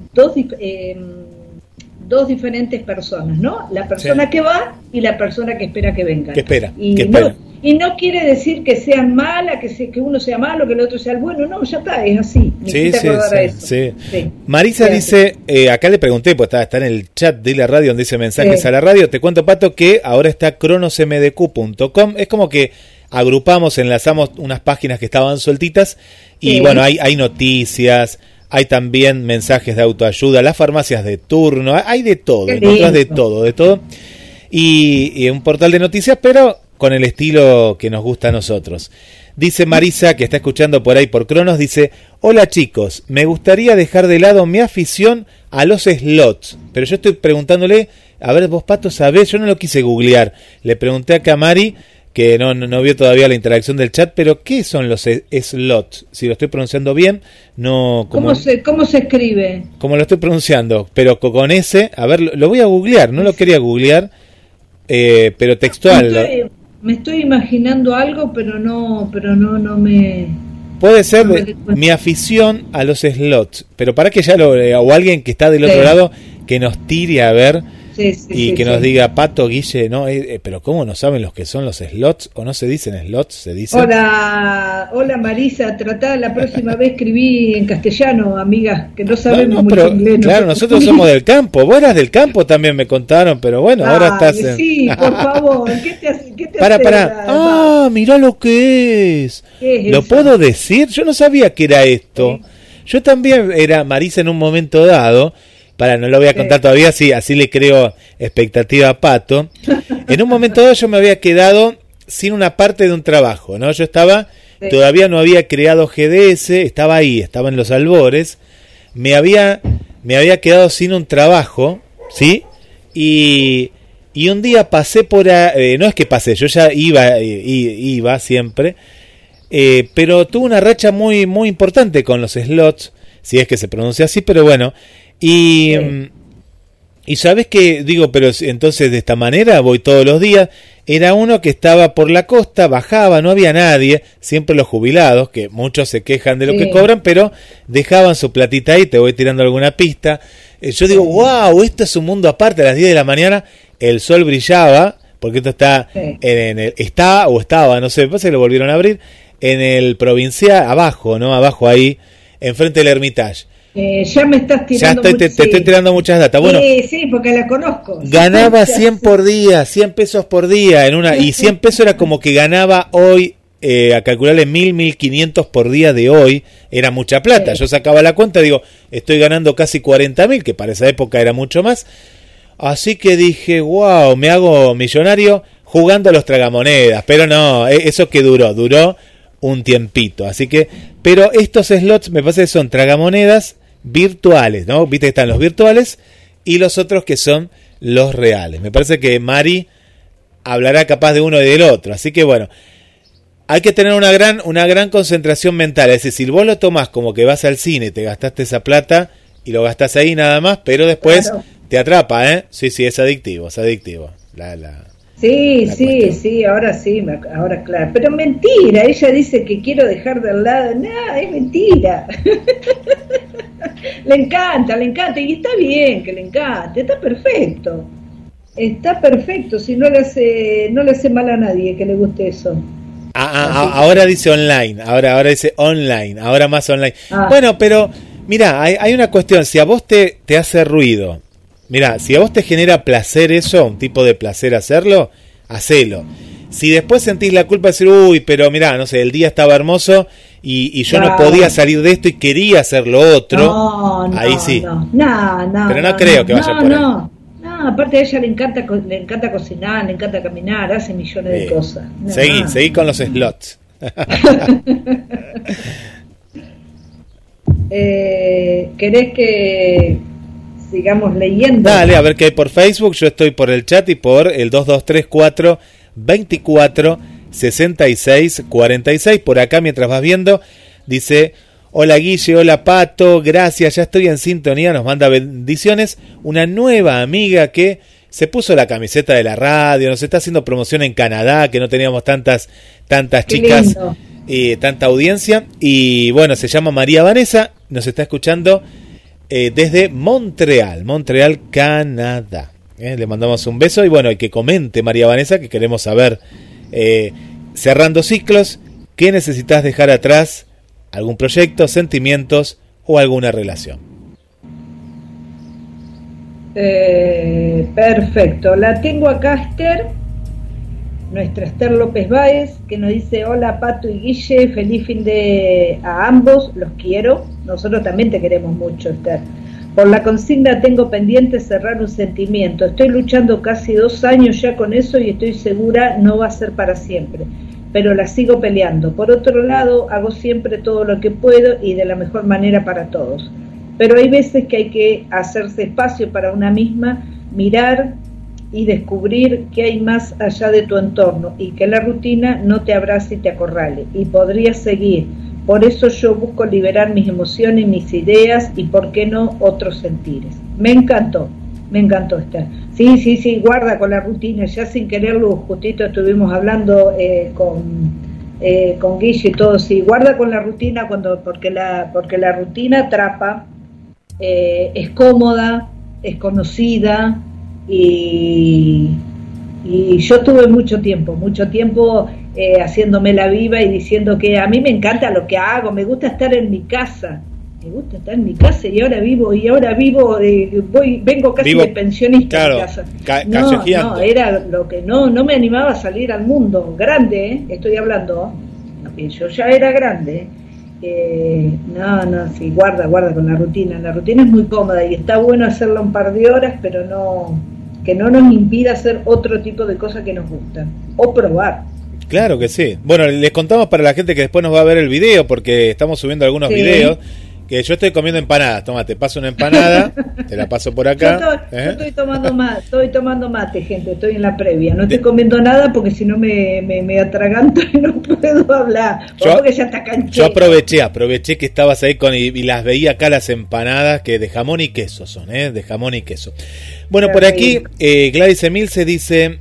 dos diferentes personas, ¿no? La persona que va y la persona que espera que venga. Y no quiere decir que sean malas, que uno sea malo, que el otro sea el bueno, no, ya está, es así. Sí. Marisa dice, acá le pregunté, pues está en el chat de la radio donde dice mensajes a la radio, te cuento, Pato, que ahora está cronosmdq.com, es como que agrupamos, enlazamos unas páginas que estaban sueltitas y bueno, hay noticias, hay también mensajes de autoayuda, las farmacias de turno, hay de todo, encontrás de todo. Y un portal de noticias, pero con el estilo que nos gusta a nosotros. Dice Marisa, que está escuchando por ahí por Cronos, dice, hola chicos, me gustaría dejar de lado mi afición a los slots. Pero yo estoy preguntándole, a ver vos, Pato, ¿sabés? Yo no lo quise googlear. Le pregunté acá a Mari, que no vio todavía la interacción del chat, pero ¿qué son los slots? Si lo estoy pronunciando bien, no... ¿Cómo se escribe? Como lo estoy pronunciando, pero con ese, a ver, lo voy a googlear, no lo quería googlear, pero textual. Me estoy imaginando algo, pero no me... Puede ser mi afición a los slots, pero para que ya o alguien que está del otro lado, que nos tire a ver... que nos diga, Pato, Guille, no, pero ¿cómo no saben los que son los slots? ¿O no se dicen slots? ¿Se dice? Hola Marisa, tratá la próxima vez escribí en castellano, amiga, que no sabemos mucho inglés. Claro, nosotros somos del campo, vos eras del campo también me contaron, pero bueno, ahora estás en... Sí, por favor, ¿qué te hace? Para. Mirá lo que es. ¿Qué es ¿Lo eso? puedo decir? Yo no sabía que era esto. Yo también era Marisa en un momento dado. No lo voy a contar todavía, así le creo expectativa a Pato. En un momento dado yo me había quedado sin una parte de un trabajo, ¿no? Yo todavía no había creado GDS, estaba en los albores, me había quedado sin un trabajo, ¿sí? Y un día pasé no es que pasé, yo ya iba siempre, pero tuve una racha muy, muy importante con los slots, si es que se pronuncia así, pero bueno. Y sabes que digo, pero entonces de esta manera voy todos los días. Era uno que estaba por la costa, bajaba, no había nadie, siempre los jubilados, que muchos se quejan de lo que cobran, pero dejaban su platita ahí, te voy tirando alguna pista. Yo digo, wow, esto es un mundo aparte. A las 10 de la mañana el sol brillaba, porque esto está estaba, no sé, después se lo volvieron a abrir, en el Provincial, abajo ahí, enfrente del Hermitage. Ya me estás tirando. Te estoy tirando muchas datas. Bueno, sí, porque la conozco. Ganaba 100 por día, 100 pesos por día y 100 pesos era como que ganaba hoy, a calcularle 1.500 por día de hoy, era mucha plata. Yo sacaba la cuenta, digo, estoy ganando casi 40.000, que para esa época era mucho más. Así que dije, wow, me hago millonario jugando a los tragamonedas, pero no, eso que duró un tiempito, así que, pero estos slots me parece que son tragamonedas virtuales, ¿no? Viste que están los virtuales y los otros que son los reales. Me parece que Mari hablará capaz de uno y del otro, así que bueno, hay que tener una gran concentración mental, es decir, vos lo tomás como que vas al cine, te gastaste esa plata y lo gastás ahí nada más, pero después te atrapa, ¿eh? Sí, es adictivo, Sí, ahora claro. Pero mentira, ella dice que quiero dejar de lado. No, es mentira. Le encanta, y está bien que le encante, está perfecto, si no le hace mal a nadie que le guste eso. Ahora dice online, ahora dice online, ahora más online. Bueno, pero mira, hay una cuestión, si a vos te hace ruido, mira, si a vos te genera placer eso, un tipo de placer hacerlo, hacelo. Si después sentís la culpa de decir, uy, pero mira, no sé, el día estaba hermoso y yo no podía salir de esto y quería hacer lo otro, ahí sí. Pero no creo que vaya por ahí. No, aparte a ella le encanta cocinar, le encanta caminar, hace millones de cosas. Seguí con los slots. ¿Querés que sigamos leyendo? Dale, a ver qué hay por Facebook. Yo estoy por el chat y por el 2234 24 66 46. Por acá, mientras vas viendo, dice: hola Guille, hola Pato, gracias, ya estoy en sintonía, nos manda bendiciones. Una nueva amiga que se puso la camiseta de la radio, nos está haciendo promoción en Canadá, que no teníamos tantas chicas y tanta audiencia. Y bueno, se llama María Vanessa, nos está escuchando desde Montreal, Canadá. Le mandamos un beso y bueno, y que comente María Vanessa, que queremos saber, cerrando ciclos, ¿qué necesitas dejar atrás? ¿Algún proyecto, sentimientos o alguna relación? Perfecto, la tengo acá, Esther, nuestra Esther López Báez, que nos dice: hola Pato y Guille, feliz fin de a ambos, los quiero. Nosotros también te queremos mucho, Esther. Por la consigna tengo pendiente cerrar un sentimiento, estoy luchando casi 2 años ya con eso y estoy segura no va a ser para siempre, pero la sigo peleando. Por otro lado, hago siempre todo lo que puedo y de la mejor manera para todos, pero hay veces que hay que hacerse espacio para una misma, mirar y descubrir que hay más allá de tu entorno y que la rutina no te abrace y te acorrale, y podrías seguir. Por eso yo busco liberar mis emociones, mis ideas y, por qué no, otros sentires. Me encantó Esther. Sí, guarda con la rutina. Ya sin quererlo, justito estuvimos hablando con Guille y todo. Sí, guarda con la rutina porque la rutina atrapa, es cómoda, es conocida y yo tuve mucho tiempo haciéndome la viva y diciendo que a mí me encanta lo que hago, me gusta estar en mi casa y ahora vivo vengo casi de pensionista, claro, en casa. No, era lo que no me animaba a salir al mundo grande, estoy hablando, yo ya era grande. Sí, guarda con la rutina es muy cómoda y está bueno hacerla un par de horas, pero que no nos impida hacer otro tipo de cosas que nos gustan o probar. Claro que sí. Bueno, les contamos para la gente que después nos va a ver el video, porque estamos subiendo algunos videos, que yo estoy comiendo empanadas. Toma, te paso una empanada, te la paso por acá. Yo estoy tomando mate, gente, estoy en la previa. No estoy comiendo nada porque si no me atraganto y no puedo hablar. Porque ya está canché. Yo aproveché que estabas ahí y las veía acá, las empanadas, que de jamón y queso son, de jamón y queso. Bueno, por aquí Gladys Emil se dice: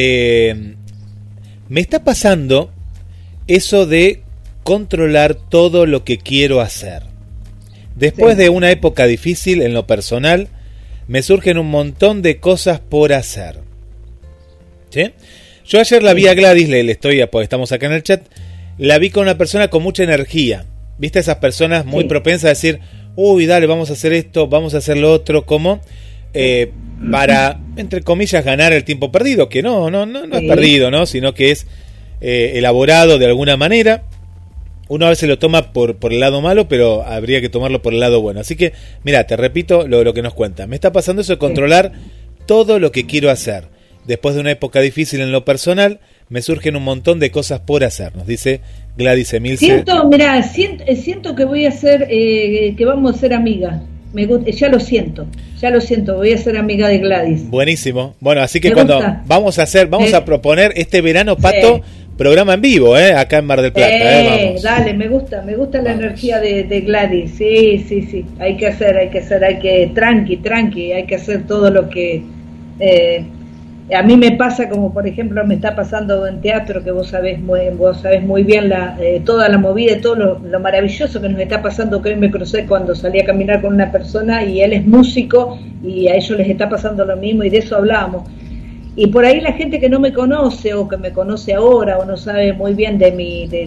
me está pasando eso de controlar todo lo que quiero hacer. Después de una época difícil en lo personal, me surgen un montón de cosas por hacer. ¿Sí? Yo ayer la vi a Gladys, porque estamos acá en el chat, la vi con una persona con mucha energía. ¿Viste esas personas muy propensas a decir, uy, dale, vamos a hacer esto, vamos a hacer lo otro, como para, entre comillas, ganar el tiempo perdido, que no es perdido, ¿no? Sino que es elaborado de alguna manera. Uno a veces lo toma por el lado malo, pero habría que tomarlo por el lado bueno. Así que, mira, te repito lo que nos cuenta. Me está pasando eso de controlar todo lo que quiero hacer. Después de una época difícil en lo personal, me surgen un montón de cosas por hacer, nos dice Gladys Emilce. Siento que voy a ser, que vamos a ser amigas. Ya lo siento, voy a ser amiga de Gladys. Buenísimo. Bueno, así que vamos a proponer este verano, Pato, programa en vivo, acá en Mar del Plata. Vamos. Dale, me gusta la energía de Gladys. Sí, hay que tranqui, hay que hacer todo lo que A mí me pasa como, por ejemplo, me está pasando en teatro, que vos sabés muy bien toda la movida y todo lo maravilloso que nos está pasando, que hoy me crucé cuando salí a caminar con una persona y él es músico y a ellos les está pasando lo mismo y de eso hablábamos. Y por ahí la gente que no me conoce o que me conoce ahora o no sabe muy bien de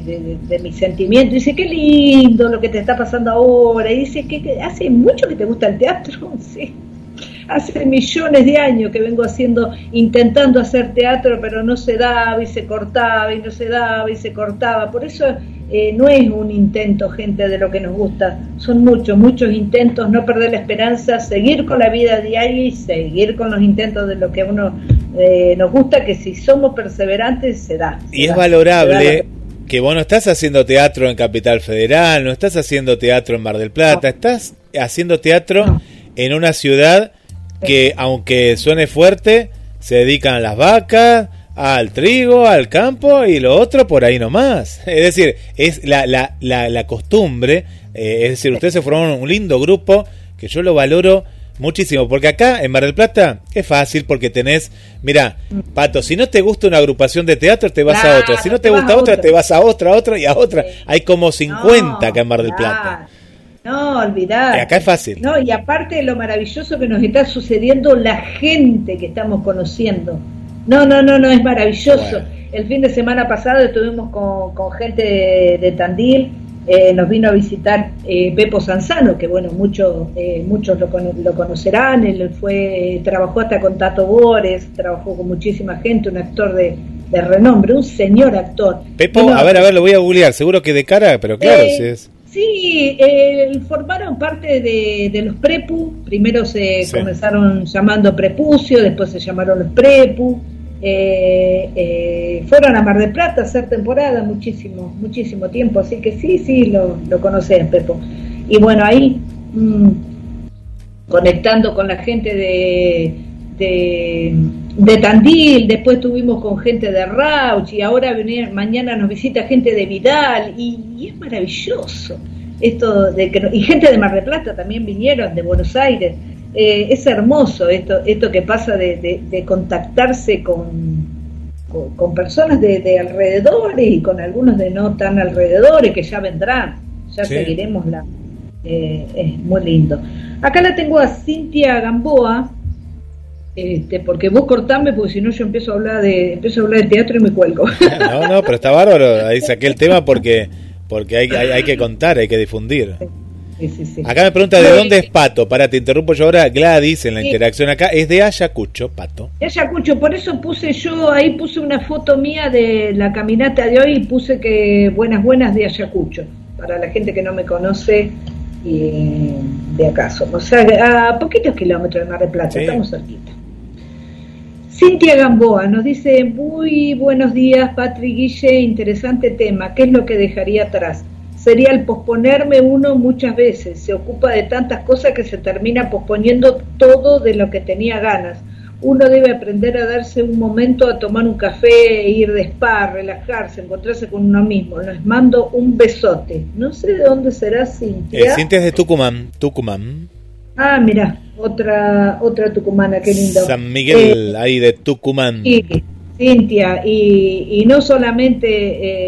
mi sentimiento, dice, qué lindo lo que te está pasando ahora, y dice, que hace mucho que te gusta el teatro, sí. Hace millones de años que vengo intentando hacer teatro, pero no se daba y se cortaba y no se daba y se cortaba. Por eso no es un intento, gente, de lo que nos gusta. Son muchos intentos, no perder la esperanza, seguir con la vida diaria y seguir con los intentos de lo que a uno nos gusta, que si somos perseverantes se da. Y es valorable que vos no estás haciendo teatro en Capital Federal, no estás haciendo teatro en Mar del Plata, estás haciendo teatro en una ciudad que, aunque suene fuerte, se dedican a las vacas, al trigo, al campo y lo otro por ahí nomás. Es decir, es la costumbre, es decir, ustedes se formaron un lindo grupo que yo lo valoro muchísimo, porque acá en Mar del Plata es fácil porque tenés, mira, Pato, si no te gusta una agrupación de teatro te vas a otra, si no te gusta otra te vas a otra y a otra. Hay como 50 acá en Mar del Plata. No, olvidar. Acá es fácil. No, y aparte de lo maravilloso que nos está sucediendo, la gente que estamos conociendo. No, es maravilloso. Bueno. El fin de semana pasado estuvimos con gente de Tandil, nos vino a visitar Pepo Sanzano, que bueno, muchos lo conocerán, él trabajó hasta con Tato Bores, trabajó con muchísima gente, un actor de renombre, un señor actor. Pepo, bueno, a ver, lo voy a googlear, seguro que de cara, pero claro, si es... Sí, formaron parte de los Prepu. Primero comenzaron llamando Prepucio, después se llamaron los Prepu. Fueron a Mar del Plata a hacer temporada muchísimo tiempo, así que sí, lo conocés, Pepo. Y bueno, ahí conectando con la gente de Tandil, después estuvimos con gente de Rauch y ahora mañana nos visita gente de Vidal y es maravilloso esto y gente de Mar del Plata también vinieron, de Buenos Aires. Es hermoso esto que pasa de contactarse con personas de alrededores y con algunos de no tan alrededores que ya vendrán, ya sí. Seguiremos es muy lindo. Acá la tengo a Cintia Gamboa. Porque vos cortame, porque si no yo empiezo a hablar de teatro y me cuelgo. No, pero está bárbaro, ahí saqué el tema porque hay que contar, hay que difundir. Sí. Acá me pregunta de dónde es Pato. Te interrumpo yo ahora, Gladys, en la interacción acá, es de Ayacucho, Pato. De Ayacucho, por eso puse una foto mía de la caminata de hoy y puse que buenas de Ayacucho, para la gente que no me conoce de acá somos, a poquitos kilómetros de Mar del Plata, sí. Estamos cerquita. Cintia Gamboa nos dice, muy buenos días, Patri, Guille, interesante tema, ¿qué es lo que dejaría atrás? Sería el posponerme uno muchas veces, se ocupa de tantas cosas que se termina posponiendo todo de lo que tenía ganas. Uno debe aprender a darse un momento a tomar un café, ir de spa, relajarse, encontrarse con uno mismo. Les mando un besote. No sé de dónde será Cintia. Cintia es de Tucumán. Ah, mira, otra tucumana, qué lindo. San Miguel, ahí de Tucumán. Sí, Cintia, y no solamente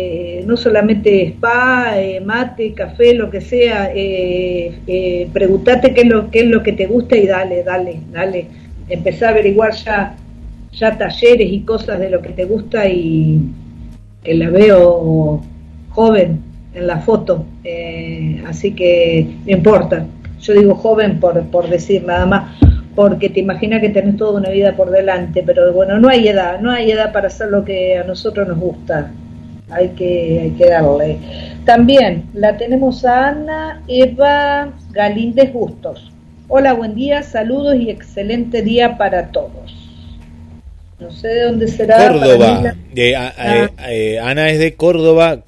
spa, mate, café, lo que sea, preguntate qué es lo que te gusta y dale. Empezá a averiguar ya talleres y cosas de lo que te gusta y que la veo joven en la foto, así que no importa. Yo digo joven por decir nada más, porque te imaginas que tenés toda una vida por delante, pero bueno, no hay edad para hacer lo que a nosotros nos gusta, hay que darle. También la tenemos a Ana Eva Galíndez Bustos. Hola, buen día, saludos y excelente día para todos. No sé de dónde será. Córdoba. Ana es de Córdoba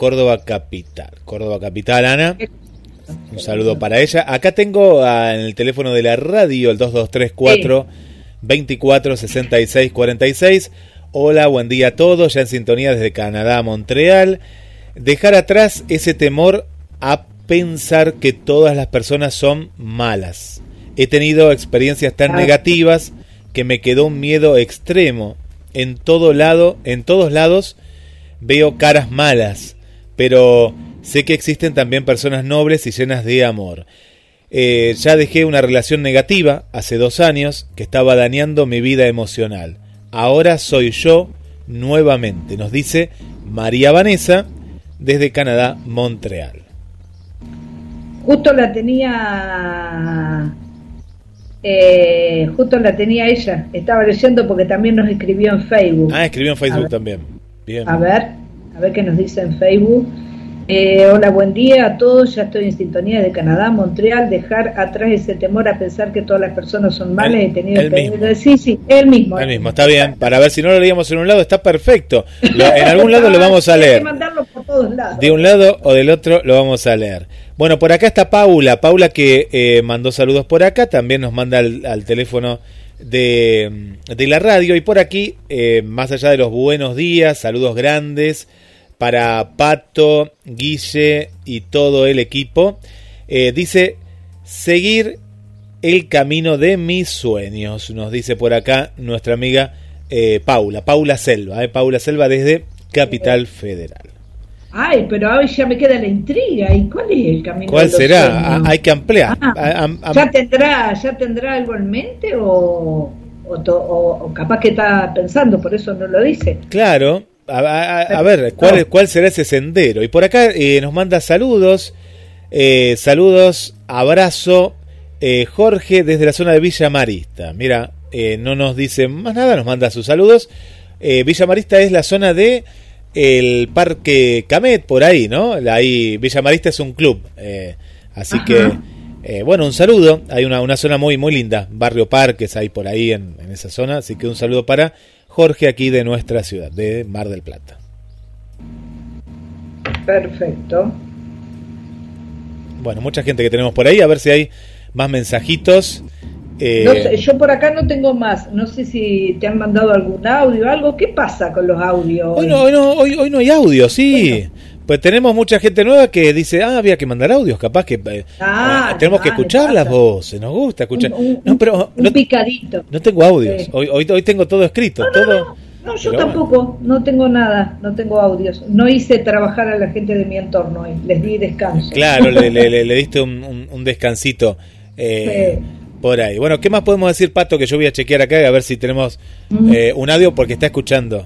capital, Ana. Un saludo para ella. Acá tengo en el teléfono de la radio el 2234 24 66 46. Hola, buen día a todos, ya en sintonía desde Canadá a Montreal. Dejar atrás ese temor a pensar que todas las personas son malas. He tenido experiencias tan negativas que me quedó un miedo extremo en todos lados veo caras malas, pero sé que existen también personas nobles y llenas de amor. Ya dejé una relación negativa hace 2 años que estaba dañando mi vida emocional. Ahora soy yo nuevamente, nos dice María Vanessa desde Canadá, Montreal. Justo la tenía ella, estaba leyendo porque también nos escribió en Facebook. Escribió en Facebook también. Bien. A ver qué nos dice en Facebook. Hola, buen día a todos, ya estoy en sintonía de Canadá, Montreal, dejar atrás ese temor a pensar que todas las personas son malas. He tenido él mismo, está bien, para ver si no lo leíamos en un lado, está perfecto, en algún lado lo vamos a leer, hay que mandarlo por todos lados. De un lado o del otro lo vamos a leer. Bueno, por acá está Paula que mandó saludos por acá, también nos manda al teléfono de la radio, y por aquí, más allá de los buenos días, saludos grandes para Pato, Guille y todo el equipo. Dice, seguir el camino de mis sueños, nos dice por acá nuestra amiga Paula Selva desde Capital Federal. Ay, pero hoy ya me queda la intriga. ¿Y cuál es el camino? ¿Cuál será? Hay que ampliar. ¿Ya tendrá algo en mente o capaz que está pensando, por eso no lo dice? Claro. A ver, ¿cuál será ese sendero? Y por acá nos manda saludos, abrazo, Jorge desde la zona de Villa Marista. Mira, no nos dice más nada, nos manda sus saludos. Villa Marista es la zona de el Parque Camet, por ahí, ¿no? Ahí Villa Marista es un club, así Ajá. Que, bueno, un saludo. Hay una zona muy muy linda, Barrio Parques, ahí por ahí en esa zona, así que un saludo para Jorge aquí de nuestra ciudad, de Mar del Plata. Perfecto. Bueno, mucha gente que tenemos por ahí, a ver si hay más mensajitos. No sé, yo por acá no tengo más, no sé si te han mandado algún audio o algo. ¿Qué pasa con los audios? Hoy no hay audio, sí. Bueno. Pues tenemos mucha gente nueva que dice, había que mandar audios, capaz que tenemos que escuchar las voces, nos gusta escuchar. Un picadito. No tengo audios, hoy tengo todo escrito, No, yo tampoco, no tengo nada, no tengo audios. No hice trabajar a la gente de mi entorno hoy, les di descanso. Claro, le diste un descansito por ahí. Bueno, ¿qué más podemos decir, Pato? Que yo voy a chequear acá a ver si tenemos un audio porque está escuchando.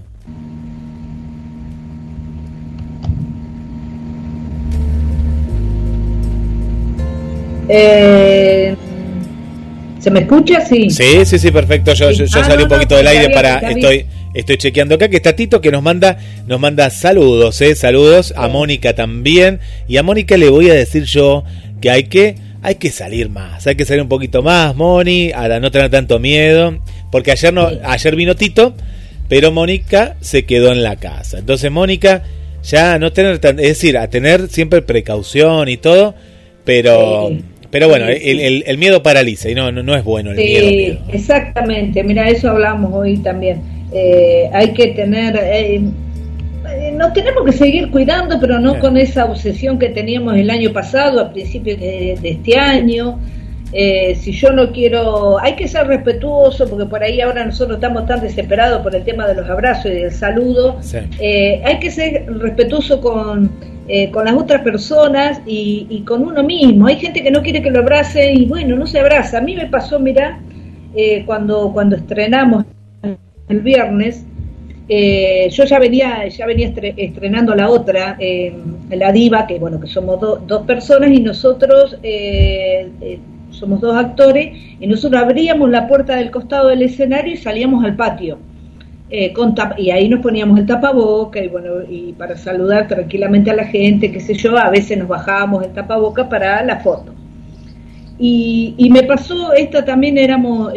¿Se me escucha? Sí. Sí, perfecto. Yo salí un poquito del aire para... Estoy chequeando acá que está Tito que nos manda saludos, saludos a Mónica también. Y a Mónica le voy a decir yo que hay que salir más, hay que salir un poquito más, Moni, a no tener tanto miedo. Porque ayer vino Tito, pero Mónica se quedó en la casa. Entonces Mónica ya no tener es decir, a tener siempre precaución y todo, pero bueno, el miedo paraliza y no es bueno el miedo. Exactamente, mira, eso hablamos hoy también. Hay que tener, nos tenemos que seguir cuidando, pero no con esa obsesión que teníamos el año pasado, a principios de este año. Si yo no quiero, hay que ser respetuoso, porque por ahí ahora nosotros estamos tan desesperados por el tema de los abrazos y del saludo. Sí. Hay que ser respetuoso con las otras personas y con uno mismo. Hay gente que no quiere que lo abrace y bueno, no se abraza. A mí me pasó, mirá, cuando estrenamos el viernes, yo ya venía estrenando la otra, la Diva, que bueno, que somos dos personas y nosotros somos 2 actores, y nosotros abríamos la puerta del costado del escenario y salíamos al patio, y ahí nos poníamos el tapaboca y bueno, y para saludar tranquilamente a la gente, qué sé yo, a veces nos bajábamos el tapaboca para la foto. Y me pasó, esta también éramos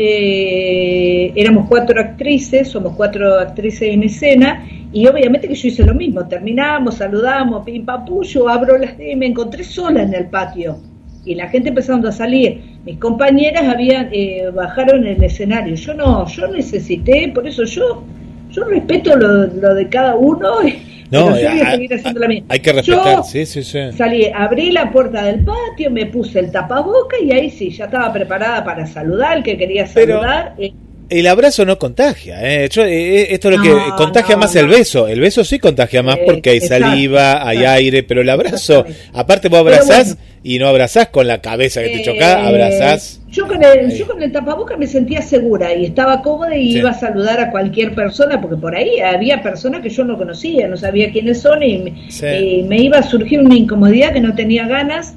4 actrices, somos 4 actrices en escena, y obviamente que yo hice lo mismo, terminamos, saludamos, pim pam pum, yo abro me encontré sola en el patio, y la gente empezando a salir, mis compañeras bajaron el escenario, yo necesité, por eso yo respeto lo de cada uno. No, yo voy a seguir haciendo la mía. Hay que respetar, sí. Salí, abrí la puerta del patio, me puse el tapaboca y ahí sí, ya estaba preparada para saludar, el que quería saludar. El abrazo no contagia, esto es lo que contagia más el beso sí contagia más porque hay saliva, hay aire, pero el abrazo, aparte vos abrazás y no abrazás con la cabeza que te chocaba, abrazás. Yo con el tapaboca me sentía segura y estaba cómoda y iba a saludar a cualquier persona, porque por ahí había personas que yo no conocía, no sabía quiénes son y me iba a surgir una incomodidad que no tenía ganas.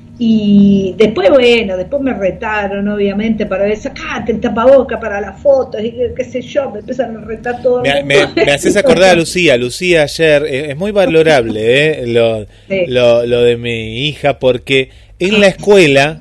Y después me retaron obviamente para ver, sacate el tapaboca para las fotos y qué sé yo, me empezaron a retar todo. Me haces acordar a Lucía ayer, es muy valorable lo de mi hija, porque en la escuela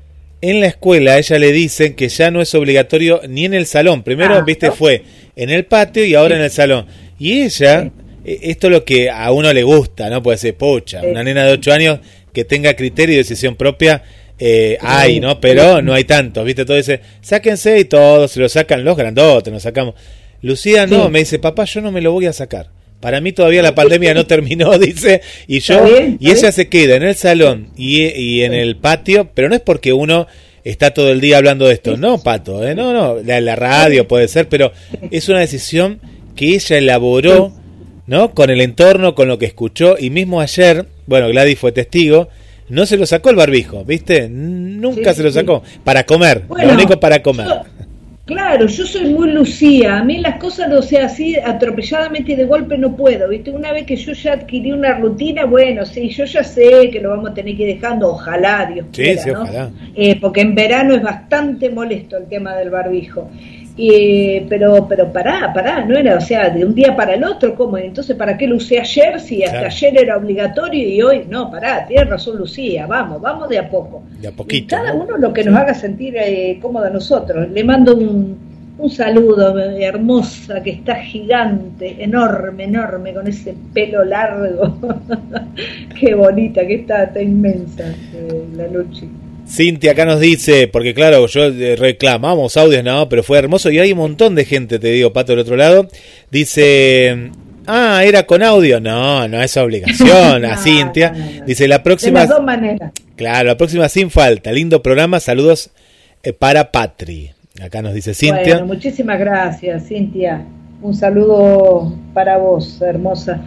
a ella le dicen que ya no es obligatorio ni en el salón, primero fue en el patio y ahora en el salón, y ella, esto es lo que a uno le gusta, ¿no? Puede ser, pocha, una nena de 8 años que tenga criterio y decisión propia, hay, ¿no? Pero no hay tantos, ¿viste? Todo dice, sáquense y todos se lo sacan los grandotes, nos sacamos. Lucía no, me dice, papá, yo no me lo voy a sacar. Para mí todavía la pandemia no terminó, dice, y ella se queda en el salón y en el patio, pero no es porque uno está todo el día hablando de esto, no, Pato, no, la radio puede ser, pero es una decisión que ella elaboró, ¿no? Con el entorno, con lo que escuchó, y mismo ayer, bueno, Gladys fue testigo, no se lo sacó el barbijo, ¿viste? Nunca se lo sacó, para comer, lo único para comer. Yo soy muy Lucía, a mí las cosas, o sea, así atropelladamente y de golpe no puedo, ¿viste? Una vez que yo ya adquirí una rutina, bueno, sí, yo ya sé que lo vamos a tener que ir dejando, ojalá, Dios quiera, ¿no? Ojalá. Porque en verano es bastante molesto el tema del barbijo. Pero pará, no era, o sea, de un día para el otro, ¿cómo? Entonces, ¿para qué lo usé ayer si hasta ayer era obligatorio y hoy no? Pará, tienes razón Lucía, vamos de a poco. De a poquito. Y cada uno lo que nos haga sentir cómodo a nosotros. Le mando un saludo, hermosa, que está gigante, enorme, con ese pelo largo. Qué bonita, que está inmensa la noche. Cintia acá nos dice, porque claro, yo reclamamos audios, no, pero fue hermoso y hay un montón de gente, te digo, Pato, del otro lado, dice, era con audio, no es obligación, a Cintia, dice, la próxima, de las dos maneras. Claro, la próxima sin falta, lindo programa, saludos para Patri, acá nos dice Cintia. Bueno, muchísimas gracias, Cintia, un saludo para vos, hermosa.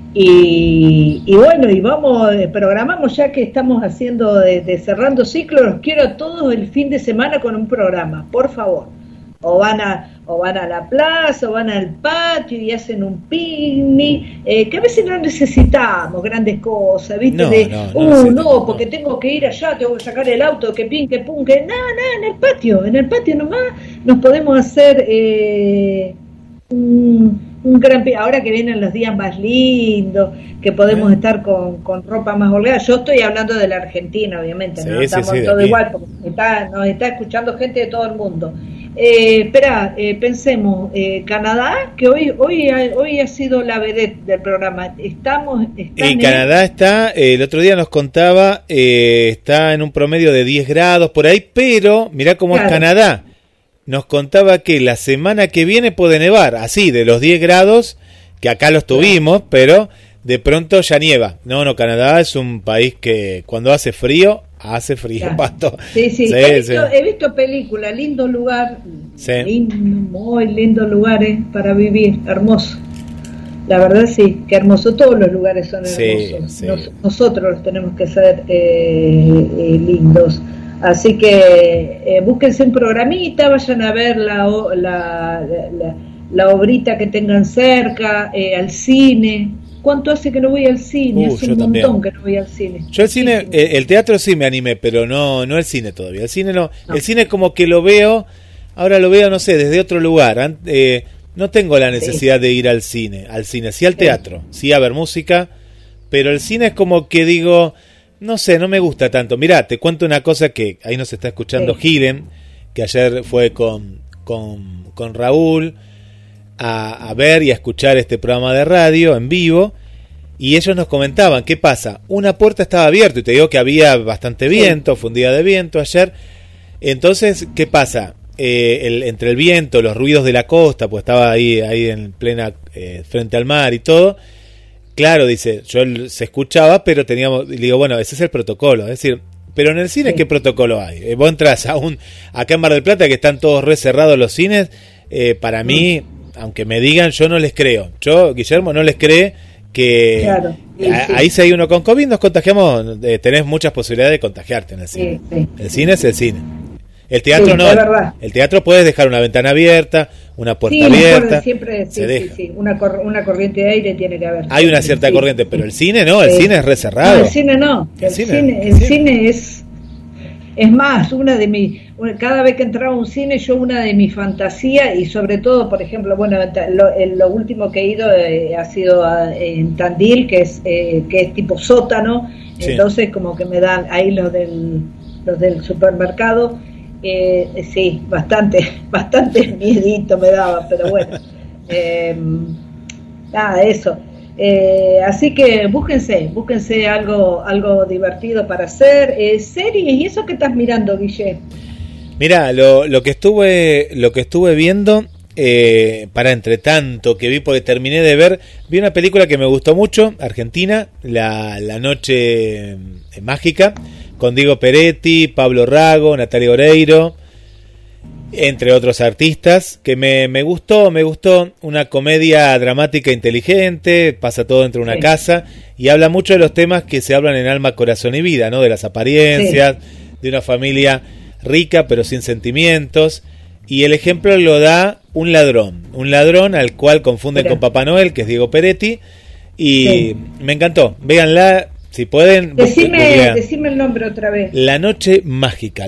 Y bueno, y programamos ya que estamos haciendo de cerrando ciclo, los quiero a todos el fin de semana con un programa, por favor. O van a la plaza, o van al patio y hacen un picnic, que a veces no necesitamos grandes cosas, ¿viste? Porque tengo que ir allá, tengo que sacar el auto, que pin, que pum, que nada, en el patio nomás nos podemos hacer un gran, ahora que vienen los días más lindos, que podemos estar con ropa más holgada. Yo estoy hablando de la Argentina, obviamente, no estamos todo igual, porque nos está escuchando gente de todo el mundo. Pensemos, Canadá, que hoy ha sido la vedette del programa. Canadá está, el otro día nos contaba, está en un promedio de 10 grados por ahí, pero mirá cómo es Canadá. Nos contaba que la semana que viene puede nevar, así, de los 10 grados, que acá los tuvimos, pero de pronto ya nieva. No, Canadá es un país que cuando hace frío, Pato. Sí. He visto películas, lindo lugar, muy lindo lugares para vivir, hermoso. La verdad sí, que hermoso, todos los lugares son hermosos. Nosotros los tenemos que ser lindos. Así que búsquense un programita, vayan a ver la obrita que tengan cerca, al cine. ¿Cuánto hace que no voy al cine? Hace un montón que no voy al cine. Yo el cine, el teatro sí me animé, pero no el cine todavía. El cine no. El cine como que lo veo, ahora lo veo, no sé, desde otro lugar. No tengo la necesidad de ir al cine, sí al teatro, sí a ver música, pero el cine es como que digo... No sé, no me gusta tanto. Mirá, te cuento una cosa que ahí nos está escuchando Gilen, que ayer fue con Raúl a ver y a escuchar este programa de radio en vivo, y ellos nos comentaban, ¿qué pasa? Una puerta estaba abierta, y te digo que había bastante viento, fue un día de viento ayer. Entonces, ¿qué pasa? Entre el viento, los ruidos de la costa, pues estaba ahí en plena, frente al mar y todo. Claro, dice, se escuchaba, pero teníamos, digo, bueno, ese es el protocolo, es decir, Pero en el cine, ¿qué protocolo hay? Vos entras acá en Mar del Plata, que están todos re cerrados los cines, para mí, aunque me digan, yo no les creo. Guillermo, no les cree que claro, ahí si hay uno con COVID nos contagiamos, tenés muchas posibilidades de contagiarte en el cine. El cine es el cine. El teatro no. El teatro puedes dejar una ventana abierta, una puerta abierta. Siempre, una corriente de aire tiene que haber. Hay una cierta corriente, pero el cine no, el cine es recerrado. No, el cine no. El cine es más, cada vez que entraba a un cine, una de mis fantasías, y sobre todo, por ejemplo, bueno, lo último que he ido ha sido en Tandil, que es tipo sótano, entonces como que me dan ahí los del supermercado. Sí, bastante miedito me daba, pero bueno, nada, eso. Así que búsquense algo divertido para hacer, series. ¿Y eso que estás mirando, Guille? Mira, lo que estuve viendo, para entre tanto que vi, porque terminé de ver, vi una película que me gustó mucho, Argentina, La Noche Mágica, con Diego Peretti, Pablo Rago, Natalia Oreiro, entre otros artistas, que me gustó, una comedia dramática inteligente, pasa todo dentro de una casa, y habla mucho de los temas que se hablan en Alma, Corazón y Vida, ¿no? De las apariencias, de una familia rica pero sin sentimientos, y el ejemplo lo da un ladrón al cual confunden con Papá Noel, que es Diego Peretti, y me encantó, véanla. Si pueden, decime el nombre otra vez. La Noche Mágica.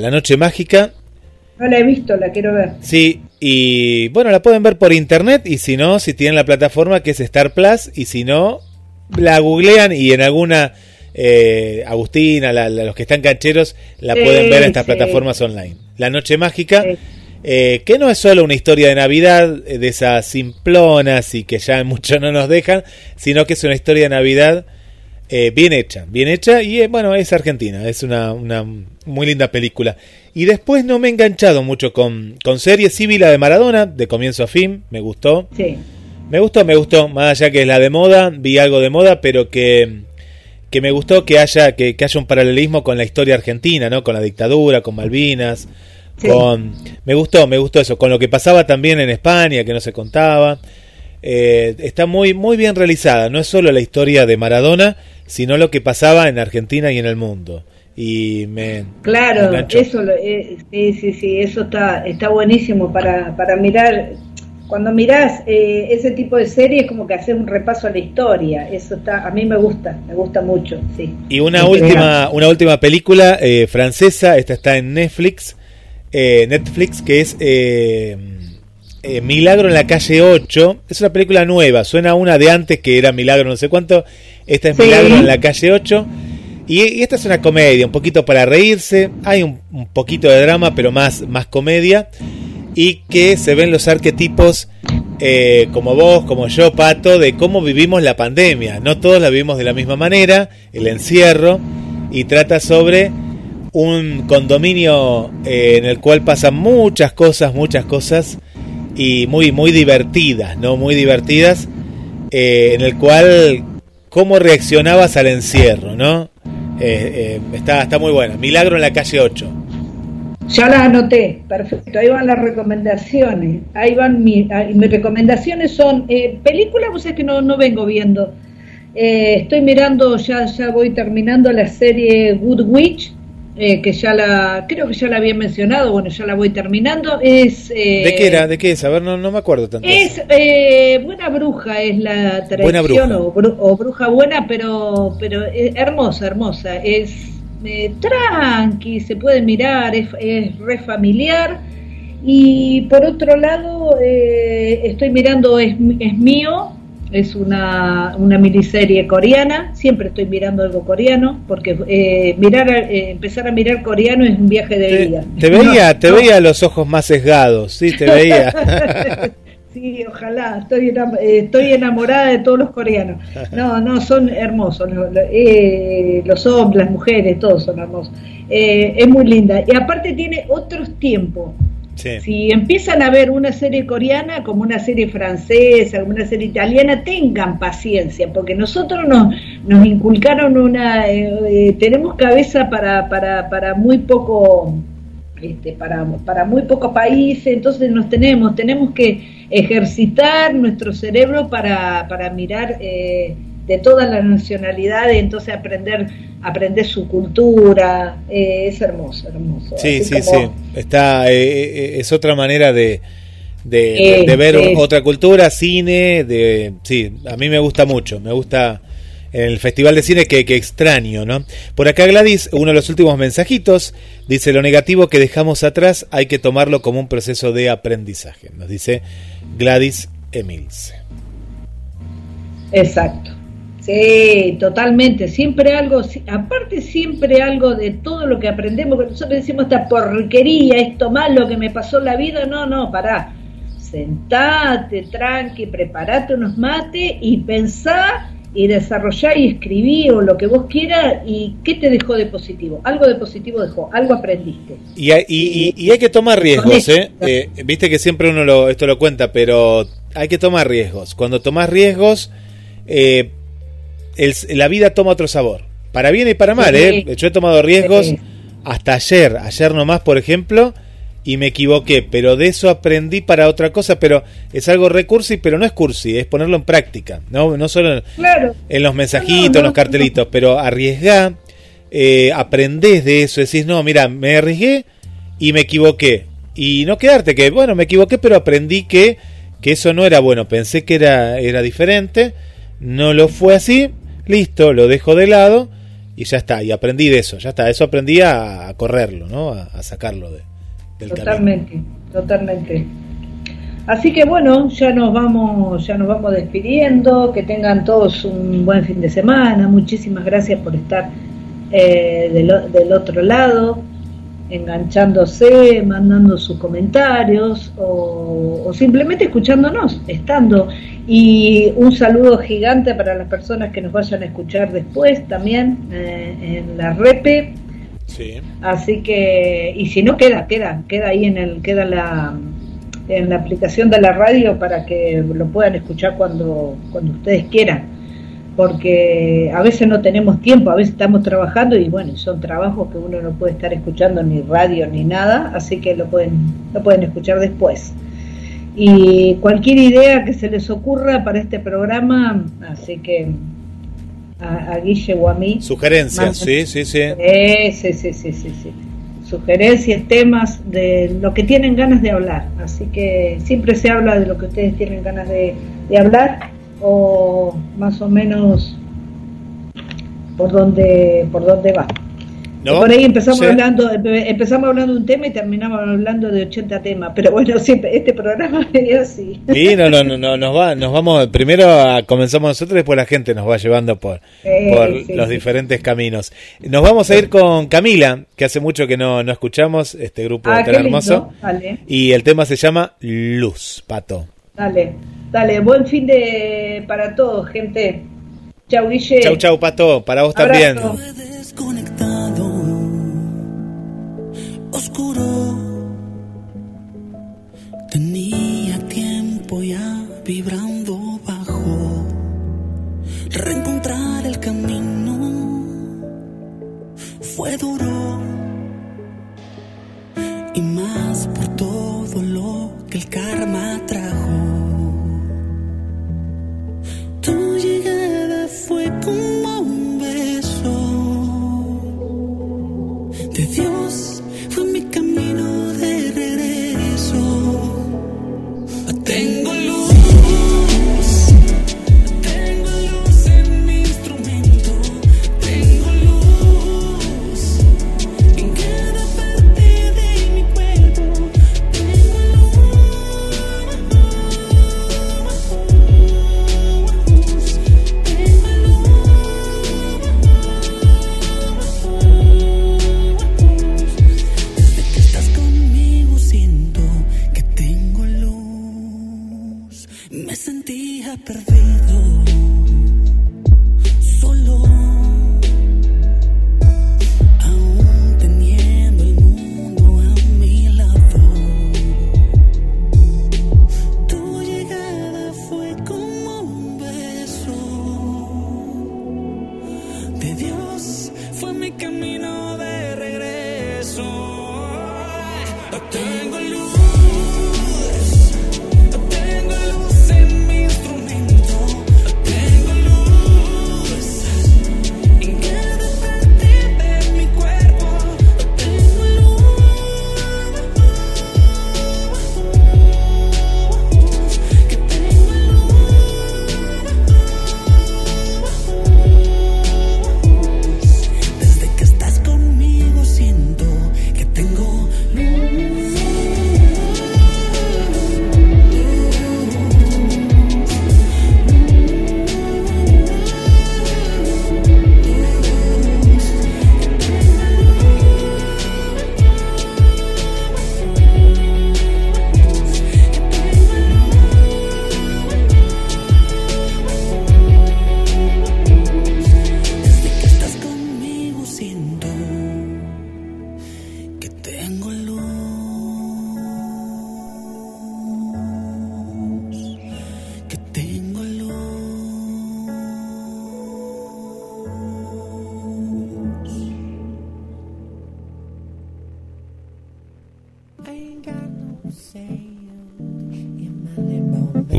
No la he visto, la quiero ver. Sí, y bueno, la pueden ver por internet, y si no, si tienen la plataforma que es Star Plus, y si no, la googlean y en alguna, Agustina, los que están cancheros, la pueden ver en estas plataformas online. La Noche Mágica, que no es solo una historia de Navidad, de esas simplonas y que ya mucho no nos dejan, sino que es una historia de Navidad bien hecha, y bueno, es argentina, es una muy linda película. Y después no me he enganchado mucho con series. Sí vi la de Maradona, de comienzo a fin, me gustó. Me gustó, más allá que es la de moda, vi algo de moda, pero que me gustó que haya un paralelismo con la historia argentina, ¿no? Con la dictadura, con Malvinas, me gustó eso, con lo que pasaba también en España, que no se contaba. Está muy, muy bien realizada. No es solo la historia de Maradona, sino lo que pasaba en Argentina y en el mundo. Y claro, eso eso está buenísimo para mirar. Cuando mirás ese tipo de series, como que haces un repaso a la historia. Eso a mí me gusta mucho. Sí. Y una última película francesa, esta está en Netflix, que es Milagro en la calle 8. Es una película nueva, suena a una de antes que era Milagro no sé cuánto. Esta es Milagro en la calle 8. Y esta es una comedia, un poquito para reírse. Hay un poquito de drama, pero más comedia. Y que se ven los arquetipos, como vos, como yo, Pato, de cómo vivimos la pandemia. No todos la vivimos de la misma manera, el encierro. Y trata sobre un condominio en el cual pasan muchas cosas. Y muy divertidas, ¿no? Muy divertidas, en el cual cómo reaccionabas al encierro, ¿no? Está muy buena. Milagro en la calle 8. Ya las anoté, perfecto. Ahí van las recomendaciones. Ahí van mis recomendaciones son películas, pues es que no vengo viendo. Estoy mirando, ya voy terminando la serie Good Witch. Que creo que ya la había mencionado, bueno, ya la voy terminando. ¿De qué era? ¿De qué es? A ver, no me acuerdo tanto. Es Buena Bruja, es la traducción, o Bruja Buena, pero es hermosa. Es tranqui, se puede mirar, es re familiar. Y por otro lado, estoy mirando Es Mío. Es una miniserie coreana. Siempre estoy mirando algo coreano, porque empezar a mirar coreano es un viaje de vida. Te veía los ojos más sesgados, sí, te veía. Sí, ojalá. Estoy enamorada de todos los coreanos. No, son hermosos. Los hombres, las mujeres, todos son hermosos. Es muy linda. Y aparte tiene otros tiempos. Sí. Si empiezan a ver una serie coreana como una serie francesa, como una serie italiana, tengan paciencia, porque nosotros nos inculcaron tenemos cabeza para muy poco, para muy pocos países, entonces tenemos que ejercitar nuestro cerebro para mirar de todas las nacionalidades, entonces aprender su cultura, es hermoso. Sí, sí, sí, es otra manera de ver otra cultura, cine, sí, a mí me gusta mucho, me gusta el festival de cine que extraño, ¿no? Por acá Gladys, uno de los últimos mensajitos, dice: lo negativo que dejamos atrás hay que tomarlo como un proceso de aprendizaje, nos dice Gladys Emilce. Exacto. Sí, totalmente, siempre algo de todo lo que aprendemos, que nosotros decimos esta porquería, esto malo que me pasó en la vida, no, pará, sentate, tranqui, preparate unos mates y pensá y desarrollá y escribí o lo que vos quieras, y ¿qué te dejó de positivo? Algo de positivo dejó, algo aprendiste. Y hay que tomar riesgos, viste que siempre uno esto lo cuenta, pero hay que tomar riesgos. Cuando tomás riesgos, la vida toma otro sabor, para bien y para mal. Yo he tomado riesgos hasta ayer nomás, por ejemplo, y me equivoqué, pero de eso aprendí para otra cosa, pero es algo recursi, pero no es cursi, es ponerlo en práctica, no solo en los mensajitos, en los cartelitos, pero arriesgá, aprendés de eso, decís, no, mira, me arriesgué y me equivoqué, y no quedarte que, bueno, me equivoqué, pero aprendí que eso no era bueno, pensé que era diferente, no lo fue así, listo, lo dejo de lado y ya está, y aprendí de eso, ya está, eso aprendí a correrlo, ¿no? A sacarlo del Totalmente. Así que bueno, ya nos vamos despidiendo, que tengan todos un buen fin de semana, muchísimas gracias por estar del otro lado, enganchándose, mandando sus comentarios o simplemente escuchándonos, estando. Y un saludo gigante para las personas que nos vayan a escuchar después también en la repe. Sí. Así que, y si no queda ahí queda en la aplicación de la radio para que lo puedan escuchar cuando ustedes quieran, porque a veces no tenemos tiempo, a veces estamos trabajando y bueno, son trabajos que uno no puede estar escuchando ni radio ni nada, así que lo pueden escuchar después. Y cualquier idea que se les ocurra para este programa, así que a Guille o a mí. Sugerencias, sí. Sí. Sugerencias, temas de lo que tienen ganas de hablar. Así que siempre se habla de lo que ustedes tienen ganas de hablar, o más o menos por dónde va. ¿No? Por ahí empezamos hablando de un tema y terminamos hablando de 80 temas, pero bueno, siempre este programa es así. Sí, nos vamos, primero comenzamos nosotros, después la gente nos va llevando por los diferentes caminos. Nos vamos a ir con Camila, que hace mucho que no escuchamos, este grupo tan hermoso. Vale. Y el tema se llama Luz, Pato. Dale, buen fin para todos, gente. Chau, Guille. Chau, Pato, para vos también. Desconectado, oscuro, tenía tiempo ya vibrando bajo, reencontrar el camino fue duro, y más por todo lo que el karma trajo. Tu llegada fue como un beso de Dios, fue mi camino de regreso. Tengo luz en mi instrumento, tengo luz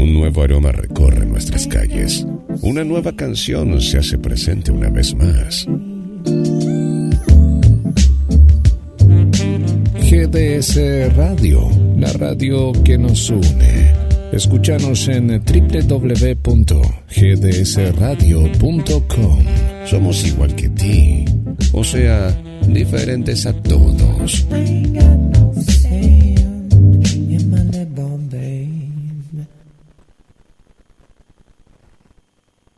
Un nuevo aroma recorre nuestras calles. Una nueva canción se hace presente una vez más. GDS Radio, la radio que nos une. Escúchanos en www.gdsradio.com. Somos igual que ti, o sea, diferentes a todos.